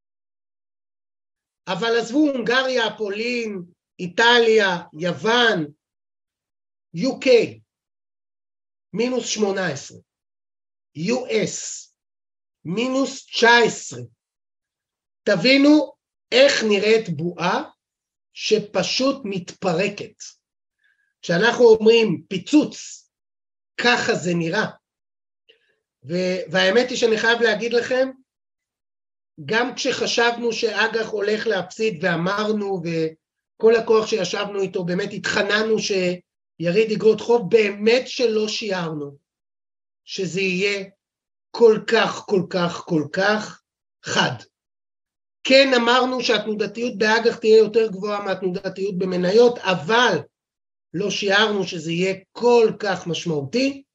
אבל עזבו הונגריה, פולין, איטליה, יוון, יו קיי, מינוס שמונה עשרה, יו אס, מינוס תשע עשרה. תבינו איך נראית בועה שפשוט מתפרקת. כשאנחנו אומרים פיצוץ, ככה זה נראה. והאמת היא שאני חייב להגיד לכם, גם כשחשבנו שאג"ח הולך להפסיד ואמרנו, וכל הכוח שישבנו איתו, באמת התחננו שיריד אגרות חוב, באמת שלא שיערנו שזה יהיה כל כך, כל כך, כל כך חד. כן אמרנו שהתנודתיות באג"ח תהיה יותר גבוהה מהתנודתיות במניות, אבל לא שיערנו שזה יהיה כל כך משמעותי,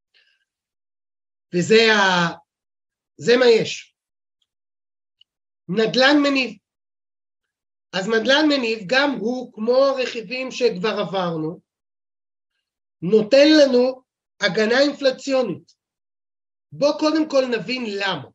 וזה ה... זה מה יש. נדל"ן מניב. אז נדל"ן מניב, גם הוא, כמו הרכיבים שכבר עברנו, נותן לנו הגנה אינפלציונית. בוא קודם כל נבין למה.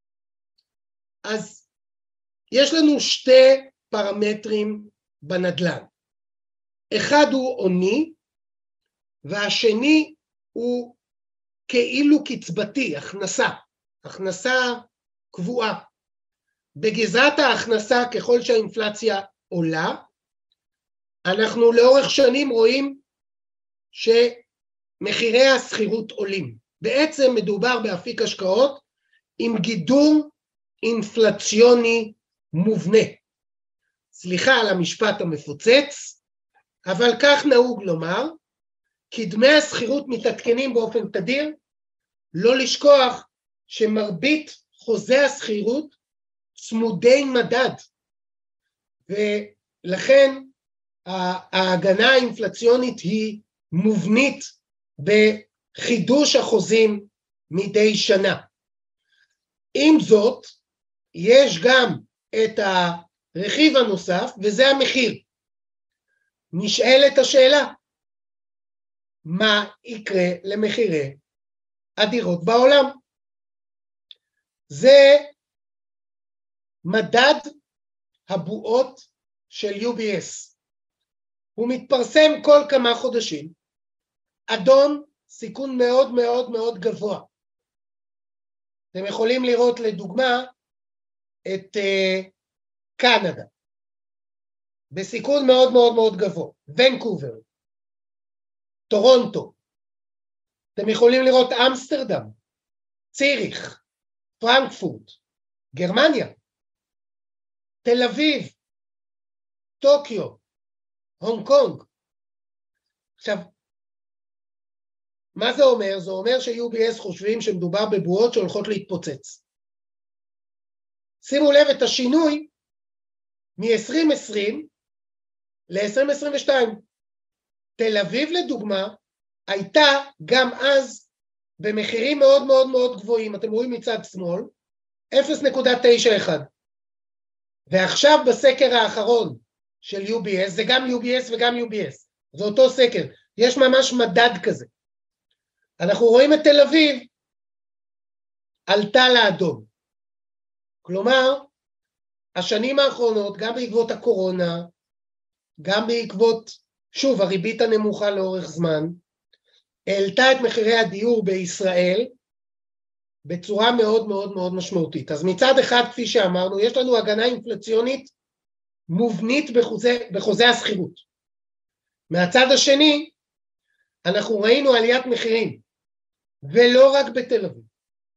אז יש לנו שתי פרמטרים בנדל"ן. אחד הוא עוני, והשני הוא כאילו קצבתי, הכנסה, הכנסה קבועה. בגזרת ההכנסה, ככל שהאינפלציה עולה, אנחנו לאורך שנים רואים שמחירי השכירות עולים. בעצם מדובר באפיק השקעות עם גידור אינפלציוני מובנה. סליחה על המשפט המפוצץ, אבל כך נהוג לומר, כי דמי השכירות מתעדכנים באופן תדיר, לא לשכוח שמרבית חוזי השכירות צמודי מדד, ולכן ההגנה האינפלציונית היא מובנית בחידוש החוזים מדי שנה. עם זאת, יש גם את הרכיב הנוסף, וזה המחיר. נשאלת השאלה, מה יקרה למחירי הדירות בעולם? זה מדד הבועות של יו בי אס. הוא מתפרסם כל כמה חודשים. אדום, סיכון מאוד מאוד מאוד גבוה. אתם יכולים לראות לדוגמה את uh, קנדה, בסיכון מאוד מאוד מאוד גבוה. ונקובר, טורונטו, אתם יכולים לראות אמסטרדם, ציריך, פרנקפורט, גרמניה, תל אביב, טוקיו, הונג קונג. עכשיו, מה זה אומר? זה אומר ש-יו בי אס חושבים שמדובר בבועות שהולכות להתפוצץ. שימו לב את השינוי מ-עשרים עשרים ל-עשרים עשרים ושתיים. תל אביב לדוגמה הייתה גם אז במחירים מאוד מאוד מאוד גבוהים, אתם רואים מצד שמאל, אפס נקודה תשע אחת. ועכשיו בסקר האחרון של יו בי אס, זה גם יו בי אס וגם יו בי אס, זה אותו סקר, יש ממש מדד כזה. אנחנו רואים את תל אביב עלתה לאדום. כלומר, השנים האחרונות, גם בעקבות הקורונה, גם בעקבות, שוב, הריבית הנמוכה לאורך זמן, העלתה את מחירי הדיור בישראל בצורה מאוד מאוד מאוד משמעותית. אז מצד אחד, כפי שאמרנו, יש לנו הגנה אינפלציונית מובנית בחוזה, בחוזה השכירות. מהצד השני, אנחנו ראינו עליית מחירים, ולא רק בתל אביב,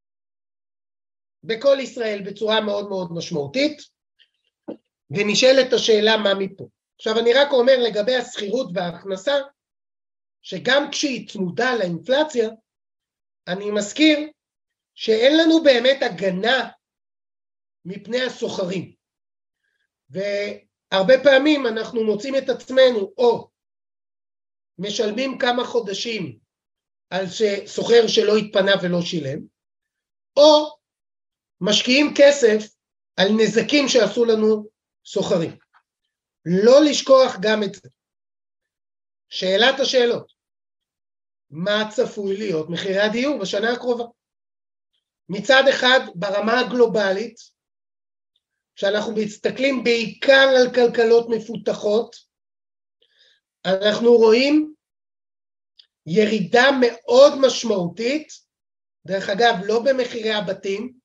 בכל ישראל בצורה מאוד מאוד משמעותית, ונשאלת השאלה מה מפה. עכשיו אני רק אומר לגבי השכירות וההכנסה, שגם כשהיא צמודה לאינפלציה, אני מזכיר שאין לנו באמת הגנה מפני הסוחרים. והרבה פעמים אנחנו מוצאים את עצמנו או משלמים כמה חודשים על סוחר שלא התפנה ולא שילם, או משקיעים כסף על נזקים שעשו לנו סוחרים. לא לשכוח גם את זה. שאלת השאלות, מה צפוי להיות מחירי הדיור בשנה הקרובה? מצד אחד, ברמה הגלובלית, שאנחנו מסתכלים בעיקר על כלכלות מפותחות, אנחנו רואים ירידה מאוד משמעותית, דרך אגב, לא במחירי הבתים,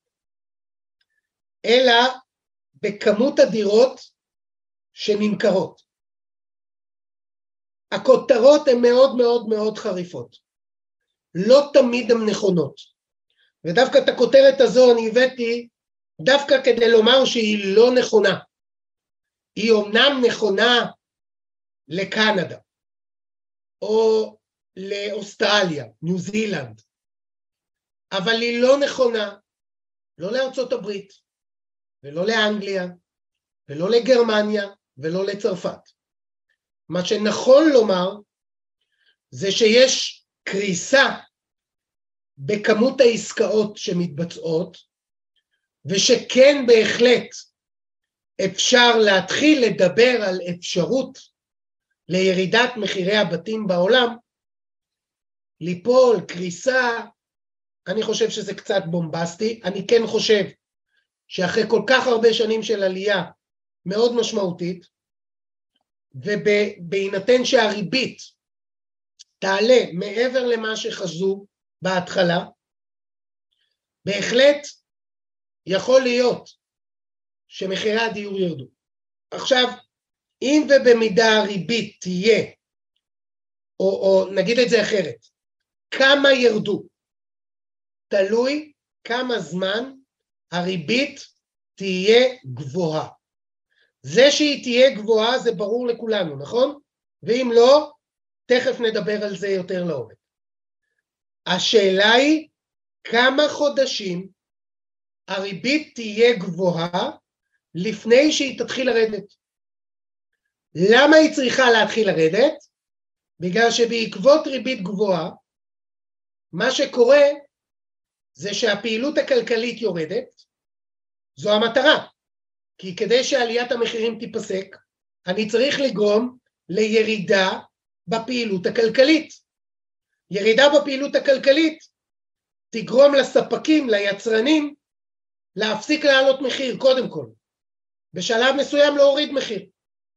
אלא בכמות הדירות שנמכרות. הכותרות הן מאוד מאוד מאוד חריפות. לא תמיד הן נכונות. ודווקא את הכותרת הזו אני הבאתי דווקא כדי לומר שהיא לא נכונה. היא אומנם נכונה לקנדה, או לאוסטרליה, ניו זילנד, אבל היא לא נכונה, לא לארצות הברית, ולא לאנגליה, ולא לגרמניה, ולא לצרפת. מה שנכון לומר, זה שיש קריסה בכמות העסקאות שמתבצעות, ושכן בהחלט אפשר להתחיל לדבר על אפשרות לירידת מחירי הבתים בעולם, ליפול, קריסה, אני חושב שזה קצת בומבסטי, אני כן חושב שאחרי כל כך הרבה שנים של עלייה מאוד משמעותית, ובהינתן שהריבית תעלה מעבר למה שחשבו בהתחלה, בהחלט יכול להיות שמחירי הדיור ירדו. עכשיו, אם ובמידה הריבית תהיה, או, או נגיד את זה אחרת, כמה ירדו? תלוי כמה זמן הריבית תהיה גבוהה. זה שהיא תהיה גבוהה זה ברור לכולנו, נכון? ואם לא, תכף נדבר על זה יותר לעומק. השאלה היא כמה חודשים הריבית תהיה גבוהה לפני שהיא תתחיל לרדת. למה היא צריכה להתחיל לרדת? בגלל שבעקבות ריבית גבוהה, מה שקורה זה שהפעילות הכלכלית יורדת, זו המטרה, כי כדי שעליית המחירים תיפסק, אני צריך לגרום לירידה בפעילות הכלכלית. ירידה בפעילות הכלכלית תגרום לספקים, ליצרנים, להפסיק לעלות מחיר קודם כל. בשלב מסוים להוריד מחיר.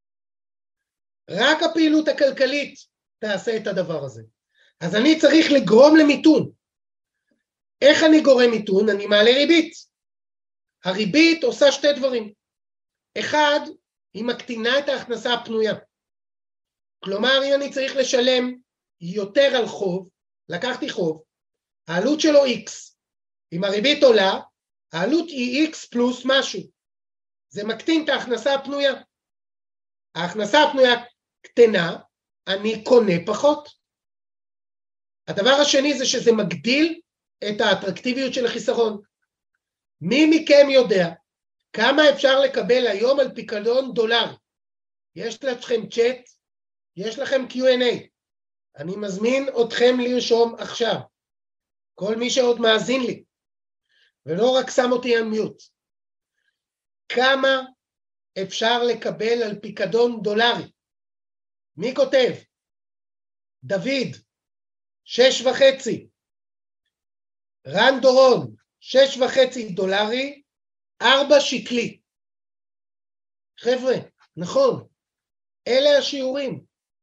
רק הפעילות הכלכלית תעשה את הדבר הזה. אז אני צריך לגרום למיתון. איך אני גורם מיתון? אני מעלה ריבית. הריבית עושה שתי דברים. אחד, היא מקטינה את ההכנסה הפנויה. כלומר, אם אני צריך לשלם יותר על חוב, לקחתי חוב, העלות שלו X. אם הריבית עולה, העלות היא X פלוס משהו. זה מקטין את ההכנסה הפנויה. ההכנסה הפנויה קטנה, אני קונה פחות. הדבר השני זה שזה מגדיל את האטרקטיביות של החיסכון. מי מכם יודע כמה אפשר לקבל היום על פיקדון דולר? יש לכם צ'אט, יש לכם קיו אנד איי. אני מזמין אתכם לרשום עכשיו. כל מי שעוד מאזין לי, ולא רק שם אותי על מיוט. כמה אפשר לקבל על פיקדון דולרי? מי כותב? דוד, שש וחצי. רן דורון, שש וחצי דולרי, ארבע שקלי. חבר'ה, נכון, אלה השיעורים.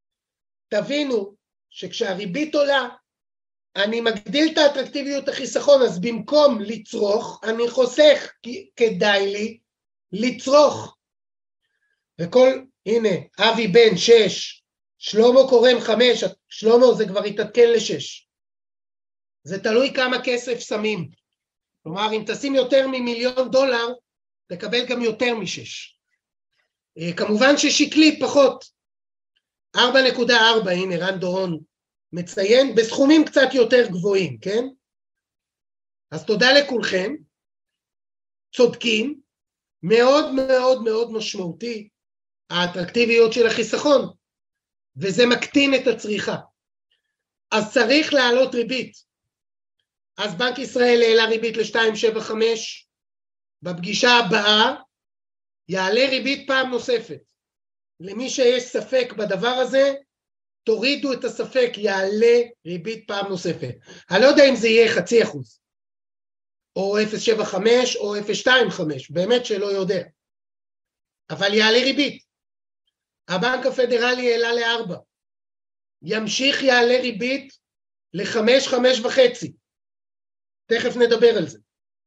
תבינו שכשהריבית עולה, אני מגדיל את האטרקטיביות החיסכון, אז במקום לצרוך, אני חוסך, כי כדאי לי לצרוך. וכל, הנה, אבי בן שש, שלמה קורם חמש, שלמה זה כבר יתעדכן לשש. זה תלוי כמה כסף שמים. כלומר, אם תשים יותר ממיליון דולר, תקבל גם יותר משש. כמובן ששקלי פחות. ארבע נקודה ארבע, הנה רן דורון מציין, בסכומים קצת יותר גבוהים, כן? אז תודה לכולכם. צודקים, מאוד מאוד מאוד משמעותי, האטרקטיביות של החיסכון, וזה מקטין את הצריכה. אז צריך להעלות ריבית. אז בנק ישראל העלה ריבית ל-שתיים נקודה שבע חמש, בפגישה הבאה יעלה ריבית פעם נוספת. למי שיש ספק בדבר הזה, תורידו את הספק, יעלה ריבית פעם נוספת. אני לא יודע אם זה יהיה חצי אחוז, או אפס נקודה שבע חמש, או אפס נקודה שתיים חמש, באמת שלא יודע. אבל יעלה ריבית. הבנק הפדרלי העלה לארבע. ימשיך יעלה ריבית לחמש, חמש וחצי. תכף נדבר על זה.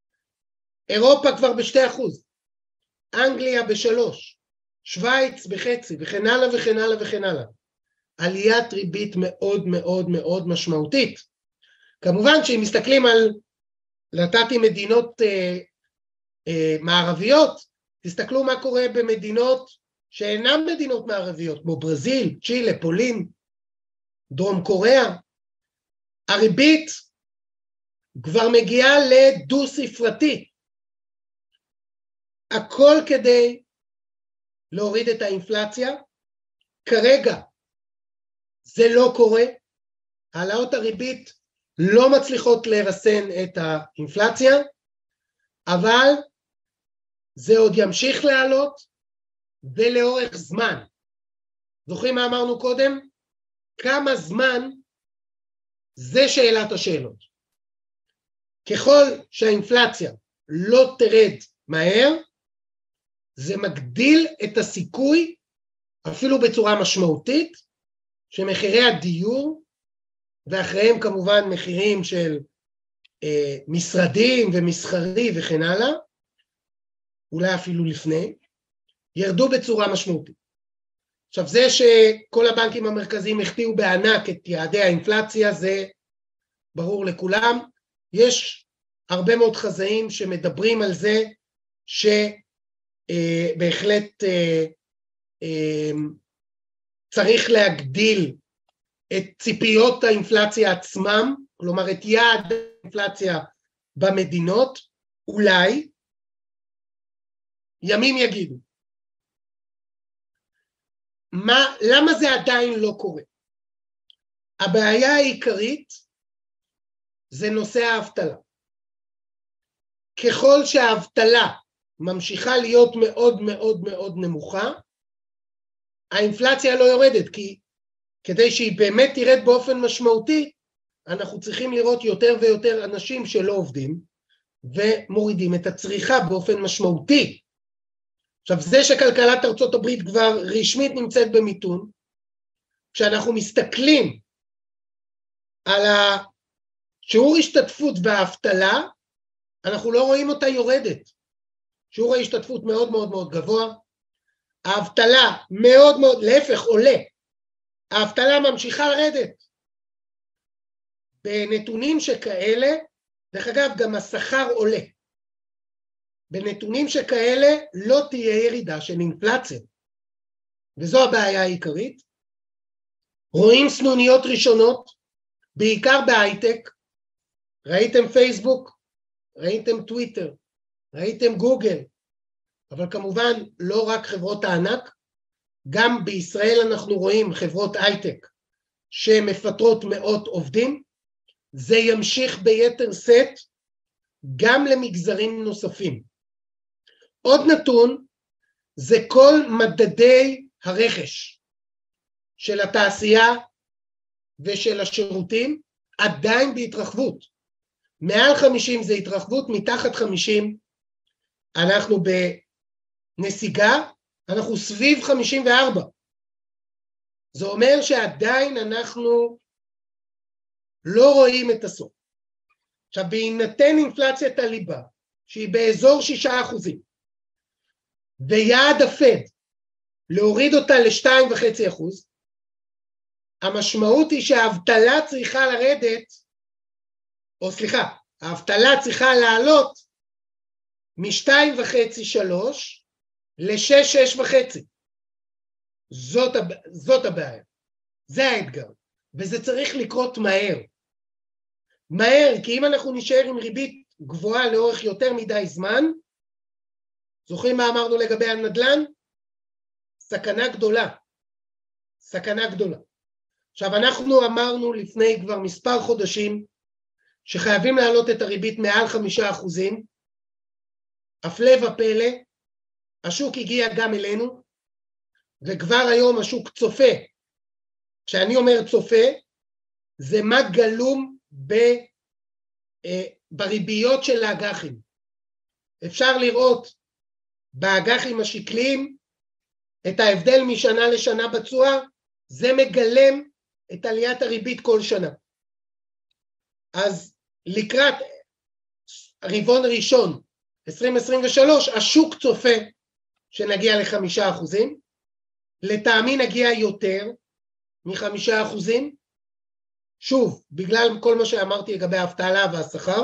אירופה כבר בשתי אחוז. אנגליה בשלוש. שוויץ בחצי, וכן הלאה וכן הלאה וכן הלאה. עליית ריבית מאוד מאוד מאוד משמעותית. כמובן שאם מסתכלים על, נתתי מדינות אה, אה, מערביות, תסתכלו מה קורה במדינות שאינן מדינות מערביות, כמו ברזיל, צ'ילה, פולין, דרום קוריאה. הריבית כבר מגיעה לדו ספרתי. הכל כדי להוריד את האינפלציה. כרגע זה לא קורה, העלאות הריבית לא מצליחות לרסן את האינפלציה, אבל זה עוד ימשיך לעלות ולאורך זמן. זוכרים מה אמרנו קודם? כמה זמן זה שאלת השאלות. ככל שהאינפלציה לא תרד מהר, זה מגדיל את הסיכוי, אפילו בצורה משמעותית, שמחירי הדיור, ואחריהם כמובן מחירים של אה, משרדים ומסחרי וכן הלאה, אולי אפילו לפני, ירדו בצורה משמעותית. עכשיו זה שכל הבנקים המרכזיים הכתיבו בענק את יעדי האינפלציה, זה ברור לכולם. יש הרבה מאוד חזאים שמדברים על זה שבהחלט אה, אה, צריך להגדיל את ציפיות האינפלציה עצמם, כלומר את יעד האינפלציה במדינות, אולי ימים יגידו. מה, למה זה עדיין לא קורה? הבעיה העיקרית זה נושא האבטלה. ככל שהאבטלה ממשיכה להיות מאוד מאוד מאוד נמוכה, האינפלציה לא יורדת, כי כדי שהיא באמת תרד באופן משמעותי, אנחנו צריכים לראות יותר ויותר אנשים שלא עובדים, ומורידים את הצריכה באופן משמעותי. עכשיו, זה שכלכלת ארצות הברית כבר רשמית נמצאת במיתון, כשאנחנו מסתכלים על שיעור השתתפות והאבטלה, אנחנו לא רואים אותה יורדת. שיעור ההשתתפות מאוד מאוד מאוד גבוה, האבטלה מאוד מאוד, להפך עולה, האבטלה ממשיכה לרדת. בנתונים שכאלה, דרך אגב גם השכר עולה, בנתונים שכאלה לא תהיה ירידה של אינפלציה, וזו הבעיה העיקרית. רואים סנוניות ראשונות, בעיקר בהייטק, ראיתם פייסבוק, ראיתם טוויטר, ראיתם גוגל, אבל כמובן לא רק חברות הענק, גם בישראל אנחנו רואים חברות הייטק שמפטרות מאות עובדים, זה ימשיך ביתר סט גם למגזרים נוספים. עוד נתון זה כל מדדי הרכש של התעשייה ושל השירותים עדיין בהתרחבות. מעל חמישים זה התרחבות, מתחת חמישים אנחנו בנסיגה, אנחנו סביב חמישים וארבע. זה אומר שעדיין אנחנו לא רואים את הסוף. עכשיו, בהינתן אינפלציית הליבה, שהיא באזור שישה אחוזים, ויעד הפד להוריד אותה לשתיים וחצי אחוז, המשמעות היא שהאבטלה צריכה לרדת, או סליחה, האבטלה צריכה לעלות משתיים וחצי שלוש לשש שש וחצי. זאת, זאת הבעיה, זה האתגר, וזה צריך לקרות מהר. מהר, כי אם אנחנו נשאר עם ריבית גבוהה לאורך יותר מדי זמן, זוכרים מה אמרנו לגבי הנדל"ן? סכנה גדולה, סכנה גדולה. עכשיו אנחנו אמרנו לפני כבר מספר חודשים, שחייבים להעלות את הריבית מעל חמישה אחוזים, הפלא ופלא, השוק הגיע גם אלינו, וכבר היום השוק צופה. כשאני אומר צופה, זה מה גלום ב, אה, בריביות של האג"חים. אפשר לראות באג"חים השקליים את ההבדל משנה לשנה בתשואה, זה מגלם את עליית הריבית כל שנה. אז לקראת רבעון ראשון עשרים עשרים ושלוש, השוק צופה שנגיע לחמישה אחוזים, לטעמי נגיע יותר מחמישה אחוזים, שוב, בגלל כל מה שאמרתי לגבי האבטלה והשכר,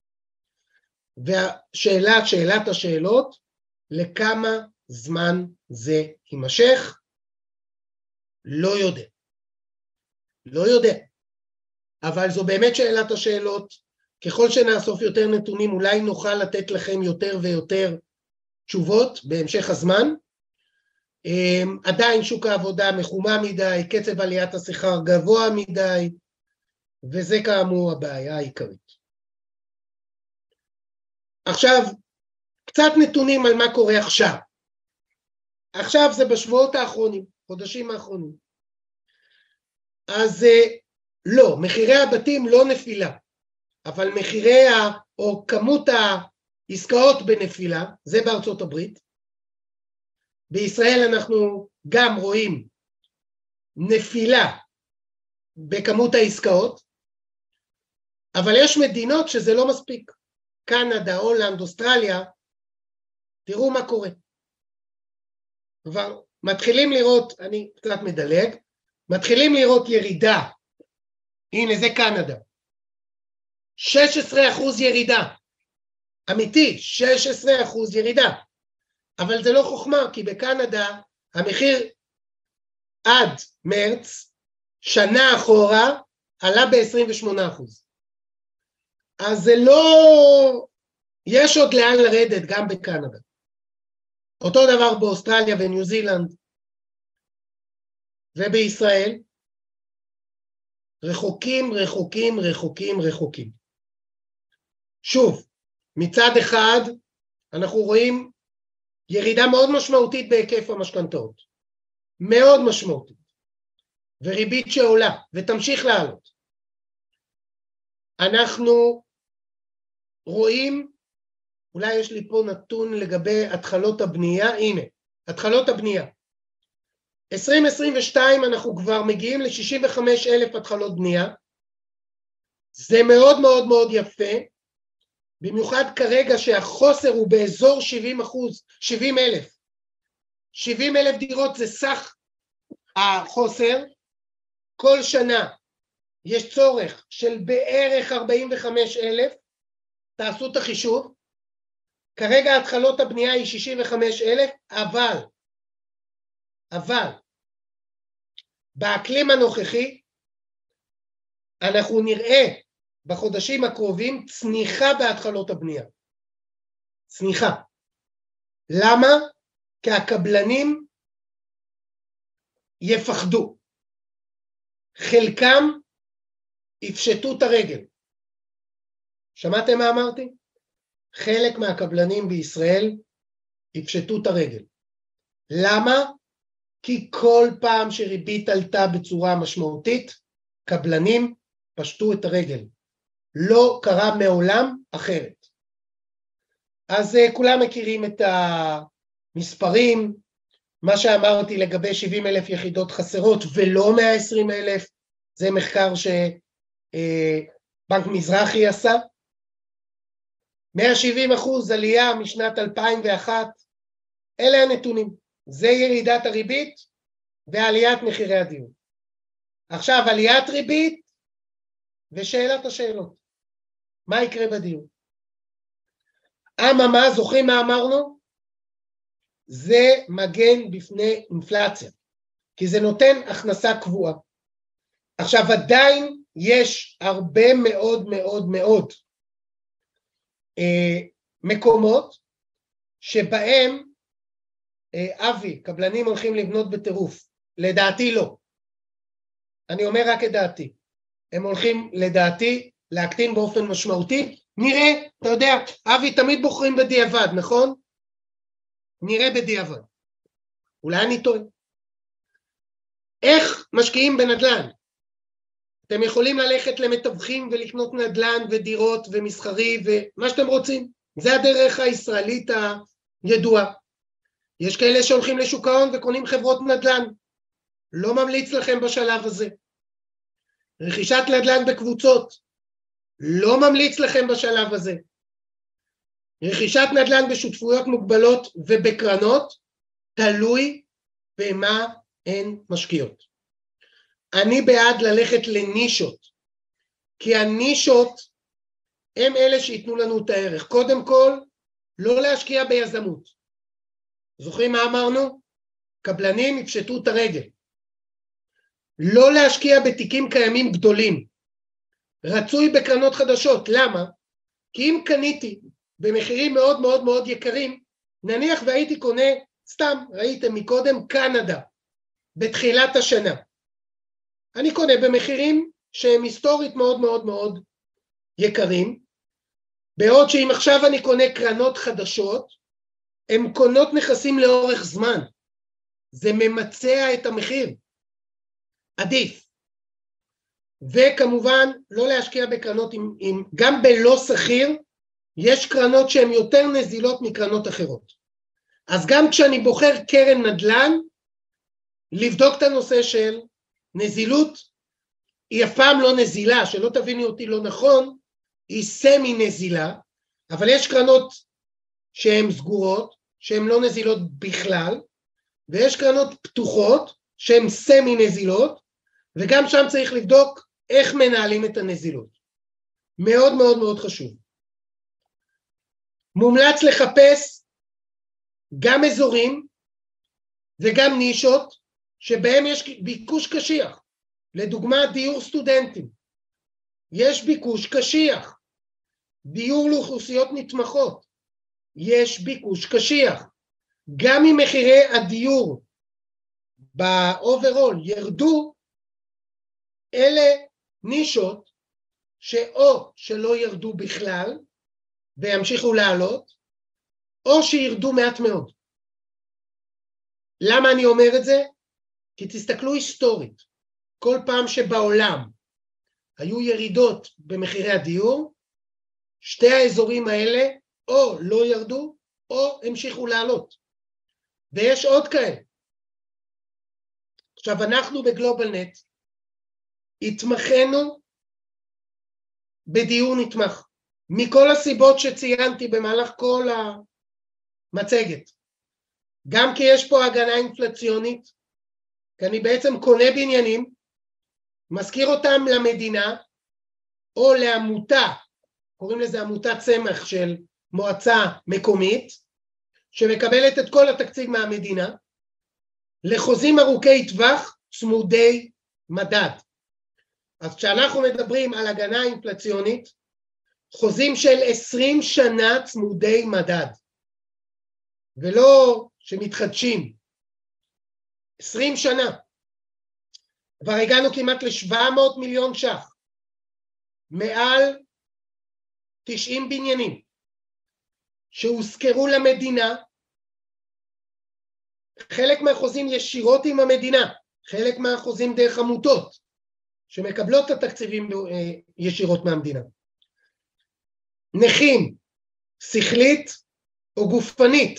והשאלה, שאלת השאלות, לכמה זמן זה יימשך? לא יודע. לא יודע. אבל זו באמת שאלת השאלות, ככל שנאסוף יותר נתונים, אולי נוכל לתת לכם יותר ויותר תשובות בהמשך הזמן. עדיין שוק העבודה מחומה מדי, קצב עליית השכר גבוה מדי, וזה כאמור הבעיה העיקרית. עכשיו, קצת נתונים על מה קורה עכשיו. עכשיו זה בשבועות האחרונים, חודשים האחרונים. אז לא, מחירי הבתים לא נפילה, אבל מחירי ה, או כמות העסקאות בנפילה, זה בארצות הברית. בישראל אנחנו גם רואים נפילה בכמות העסקאות, אבל יש מדינות שזה לא מספיק. קנדה, הולנד, אוסטרליה, תראו מה קורה. כבר מתחילים לראות, אני קצת מדלג, מתחילים לראות ירידה. הנה זה קנדה. שש עשרה אחוז ירידה. אמיתי, שש עשרה אחוז ירידה. אבל זה לא חוכמה, כי בקנדה המחיר עד מרץ, שנה אחורה, עלה ב-עשרים ושמונה אחוז. אז זה לא, יש עוד לאן לרדת גם בקנדה. אותו דבר באוסטרליה וניו זילנד ובישראל, רחוקים, רחוקים, רחוקים, רחוקים. שוב, מצד אחד אנחנו רואים ירידה מאוד משמעותית בהיקף המשכנתאות, מאוד משמעותית, וריבית שעולה ותמשיך לעלות. אנחנו רואים, אולי יש לי פה נתון לגבי התחלות הבנייה, הנה, התחלות הבנייה. עשרים עשרים ושתיים אנחנו כבר מגיעים ל-שישים וחמישה אלף התחלות בנייה, זה מאוד מאוד מאוד יפה, במיוחד כרגע שהחוסר הוא באזור שבעים אחוז, שבעים אלף. שבעים אלף דירות זה סך החוסר, כל שנה יש צורך של בערך ארבעים וחמישה אלף, תעשו את החישוב, כרגע התחלות הבנייה היא שישים וחמישה אלף, אבל, אבל, באקלים הנוכחי, אנחנו נראה בחודשים הקרובים צניחה בהתחלות הבנייה. צניחה. למה? כי הקבלנים יפחדו. חלקם יפשטו את הרגל. שמעתם מה אמרתי? חלק מהקבלנים בישראל יפשטו את הרגל. למה? כי כל פעם שריבית עלתה בצורה משמעותית, קבלנים פשטו את הרגל. לא קרה מעולם אחרת. אז כולם מכירים את המספרים, מה שאמרתי לגבי שבעים אלף יחידות חסרות ולא מאה ועשרים אלף, זה מחקר שבנק מזרחי עשה. מאה ושבעים אחוז עלייה משנת אלפיים ואחת, אלה הנתונים. זה ירידת הריבית ועליית מחירי הדיור. עכשיו עליית ריבית ושאלת השאלות. מה יקרה בדיור? אממה, זוכרים מה אמרנו? זה מגן בפני אינפלציה, כי זה נותן הכנסה קבועה. עכשיו עדיין יש הרבה מאוד מאוד מאוד אה, מקומות שבהם אה, אבי, קבלנים הולכים לבנות בטירוף. לדעתי לא. אני אומר רק את דעתי. הם הולכים לדעתי להקטין באופן משמעותי. נראה, אתה יודע, אבי תמיד בוחרים בדיעבד, נכון? נראה בדיעבד. אולי אני טועה. איך משקיעים בנדל"ן? אתם יכולים ללכת למתווכים ולקנות נדל"ן ודירות ומסחרי ומה שאתם רוצים. זה הדרך הישראלית הידועה. יש כאלה שהולכים לשוק ההון וקונים חברות נדל"ן. לא ממליץ לכם בשלב הזה. רכישת נדל"ן בקבוצות. לא ממליץ לכם בשלב הזה. רכישת נדל"ן בשותפויות מוגבלות ובקרנות, תלוי במה הן משקיעות. אני בעד ללכת לנישות, כי הנישות הם אלה שיתנו לנו את הערך. קודם כל, לא להשקיע ביזמות. זוכרים מה אמרנו? קבלנים יפשטו את הרגל. לא להשקיע בתיקים קיימים גדולים. רצוי בקרנות חדשות. למה? כי אם קניתי במחירים מאוד מאוד מאוד יקרים, נניח והייתי קונה, סתם ראיתם מקודם, קנדה, בתחילת השנה. אני קונה במחירים שהם היסטורית מאוד מאוד מאוד יקרים, בעוד שאם עכשיו אני קונה קרנות חדשות, הן קונות נכסים לאורך זמן. זה ממצע את המחיר. עדיף. וכמובן, לא להשקיע בקרנות, עם, עם, גם בלא שכיר, יש קרנות שהן יותר נזילות מקרנות אחרות. אז גם כשאני בוחר קרן נדל"ן, לבדוק את הנושא של נזילות, היא אף פעם לא נזילה, שלא תביני אותי לא נכון, היא סמי נזילה, אבל יש קרנות שהן סגורות, שהן לא נזילות בכלל, ויש קרנות פתוחות שהן סמי נזילות, וגם שם צריך לבדוק איך מנהלים את הנזילות. מאוד מאוד מאוד חשוב. מומלץ לחפש גם אזורים וגם נישות שבהם יש ביקוש קשיח. לדוגמה, דיור סטודנטים. יש ביקוש קשיח. דיור לאוכלוסיות נתמכות. יש ביקוש קשיח. גם אם מחירי הדיור באוברול ירדו, אלה נישות שאו שלא ירדו בכלל וימשיכו לעלות, או שירדו מעט מאוד. למה אני אומר את זה? כי תסתכלו היסטורית. כל פעם שבעולם היו ירידות במחירי הדיור, שתי האזורים האלה או לא ירדו או המשיכו לעלות. ויש עוד כאלה. עכשיו אנחנו בגלובלנט התמחנו בדיור נתמך, מכל הסיבות שציינתי במהלך כל המצגת. גם כי יש פה הגנה אינפלציונית, כי אני בעצם קונה בניינים, מזכיר אותם למדינה או לעמותה, קוראים לזה עמותת צמח של מועצה מקומית, שמקבלת את כל התקציב מהמדינה, לחוזים ארוכי טווח צמודי מדד. אז כשאנחנו מדברים על הגנה אינפלציונית, חוזים של עשרים שנה צמודי מדד, ולא שמתחדשים, עשרים שנה. כבר הגענו כמעט ל-שבע מאות מיליון ש"ח, מעל תשעים בניינים, שהוזכרו למדינה, חלק מהחוזים ישירות עם המדינה, חלק מהחוזים דרך עמותות, שמקבלות את התקציבים ישירות מהמדינה. נכים, שכלית או גופנית,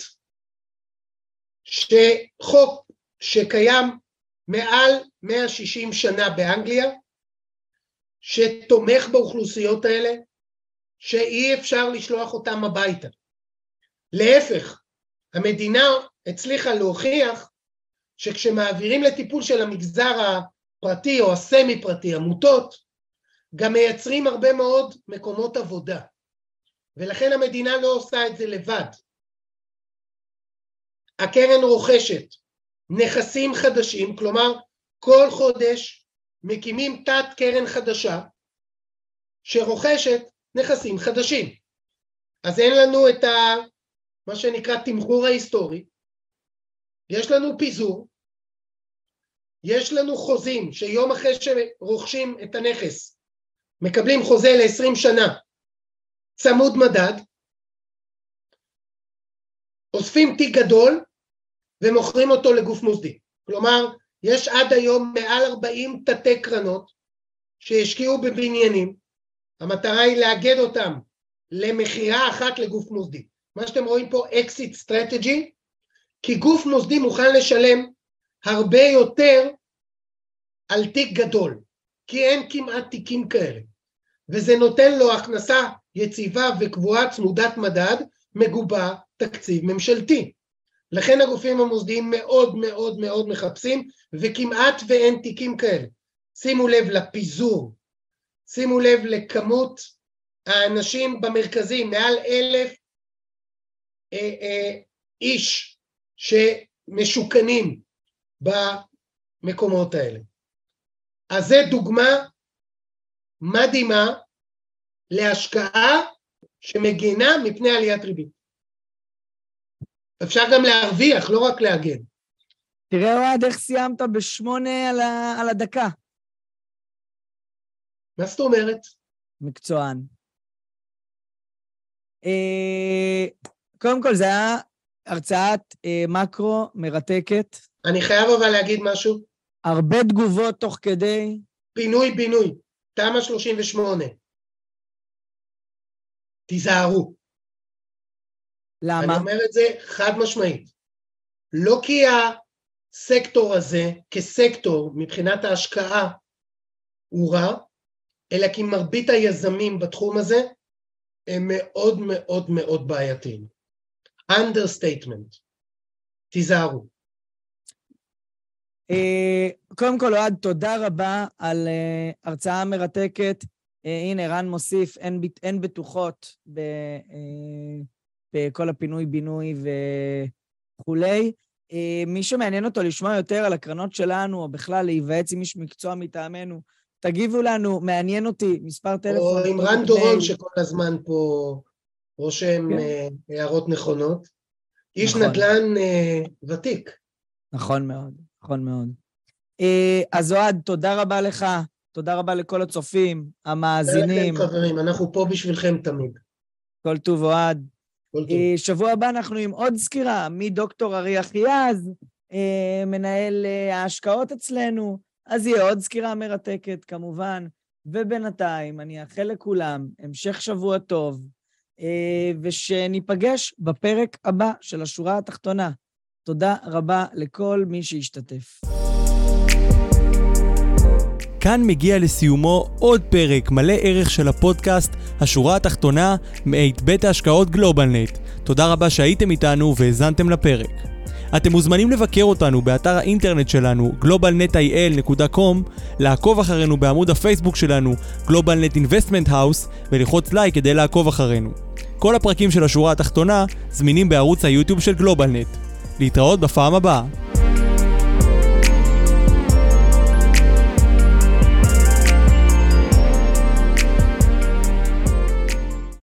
שחוק שקיים מעל מאה ושישים שנה באנגליה, שתומך באוכלוסיות האלה, שאי אפשר לשלוח אותם הביתה. להפך, המדינה הצליחה להוכיח שכשמעבירים לטיפול של המגזר הפרטי או הסמי פרטי, עמותות, גם מייצרים הרבה מאוד מקומות עבודה. ולכן המדינה לא עושה את זה לבד. הקרן רוכשת נכסים חדשים, כלומר כל חודש מקימים תת קרן חדשה שרוכשת נכסים חדשים. אז אין לנו את ה, מה שנקרא תמחור ההיסטורי, יש לנו פיזור, יש לנו חוזים שיום אחרי שרוכשים את הנכס, מקבלים חוזה ל-עשרים שנה, צמוד מדד, אוספים תיק גדול ומוכרים אותו לגוף מוסדי. כלומר, יש עד היום מעל ארבעים תתי קרנות שהשקיעו בבניינים, המטרה היא לאגד אותם למחירה אחת לגוף מוסדי. מה שאתם רואים פה exit strategy, כי גוף מוסדי מוכן לשלם הרבה יותר על תיק גדול, כי אין כמעט תיקים כאלה, וזה נותן לו הכנסה יציבה וקבועה צמודת מדד, מגובה תקציב ממשלתי. לכן הגופים המוסדיים מאוד מאוד מאוד מחפשים, וכמעט ואין תיקים כאלה. שימו לב לפיזור, שימו לב לכמות האנשים במרכזים, מעל אלף אה, אה, איש שמשוכנים במקומות האלה. אז זה דוגמה מדהימה להשקעה שמגינה מפני עליית ריבית. אפשר גם להרוויח, לא רק להגן. תראה אוהד, איך סיימת בשמונה על, ה... על הדקה. מה זאת אומרת? מקצוען. אה, קודם כל, זה היה הרצאת אה, מקרו מרתקת. אני חייב אבל להגיד משהו. הרבה תגובות תוך כדי. פינוי בינוי, תמ"א שלושים ושמונה. תיזהרו. למה? אני אומר את זה חד משמעית. לא כי הסקטור הזה, כסקטור, מבחינת ההשקעה, הוא רע, אלא כי מרבית היזמים בתחום הזה, הם מאוד מאוד מאוד בעייתיים. Understatement. תיזהרו. קודם כל, אוהד, תודה רבה על הרצאה מרתקת. הנה, רן מוסיף, אין בטוחות בכל הפינוי-בינוי וכולי. מי שמעניין אותו לשמוע יותר על הקרנות שלנו, או בכלל להיוועץ עם איש מקצוע מטעמנו, תגיבו לנו, מעניין אותי, מספר טלפון. או עם רן דורון שכל הזמן פה רושם הערות נכונות. איש נדל"ן ותיק. נכון מאוד, נכון מאוד. אז אוהד, תודה רבה לך, תודה רבה לכל הצופים, המאזינים. תודה לכם חברים, אנחנו פה בשבילכם תמיד. כל טוב אוהד. שבוע הבא אנחנו עם עוד סקירה, מדוקטור אריה חייז, מנהל ההשקעות אצלנו, אז יהיה עוד סקירה מרתקת כמובן, ובינתיים אני אאחל לכולם המשך שבוע טוב, ושניפגש בפרק הבא של השורה התחתונה. תודה רבה לכל מי שהשתתף. כאן מגיע לסיומו עוד פרק מלא ערך של הפודקאסט השורה התחתונה מאת בית ההשקעות גלובלנט. תודה רבה שהייתם איתנו והזנתם לפרק. אתם מוזמנים לבקר אותנו באתר האינטרנט שלנו גלובל נט איי אל נקודה קום, לעקוב אחרינו בעמוד הפייסבוק שלנו GlobalNet Investment House ולחוץ לייק כדי לעקוב אחרינו. כל הפרקים של השורה התחתונה זמינים בערוץ היוטיוב של גלובלנט. להתראות בפעם הבאה.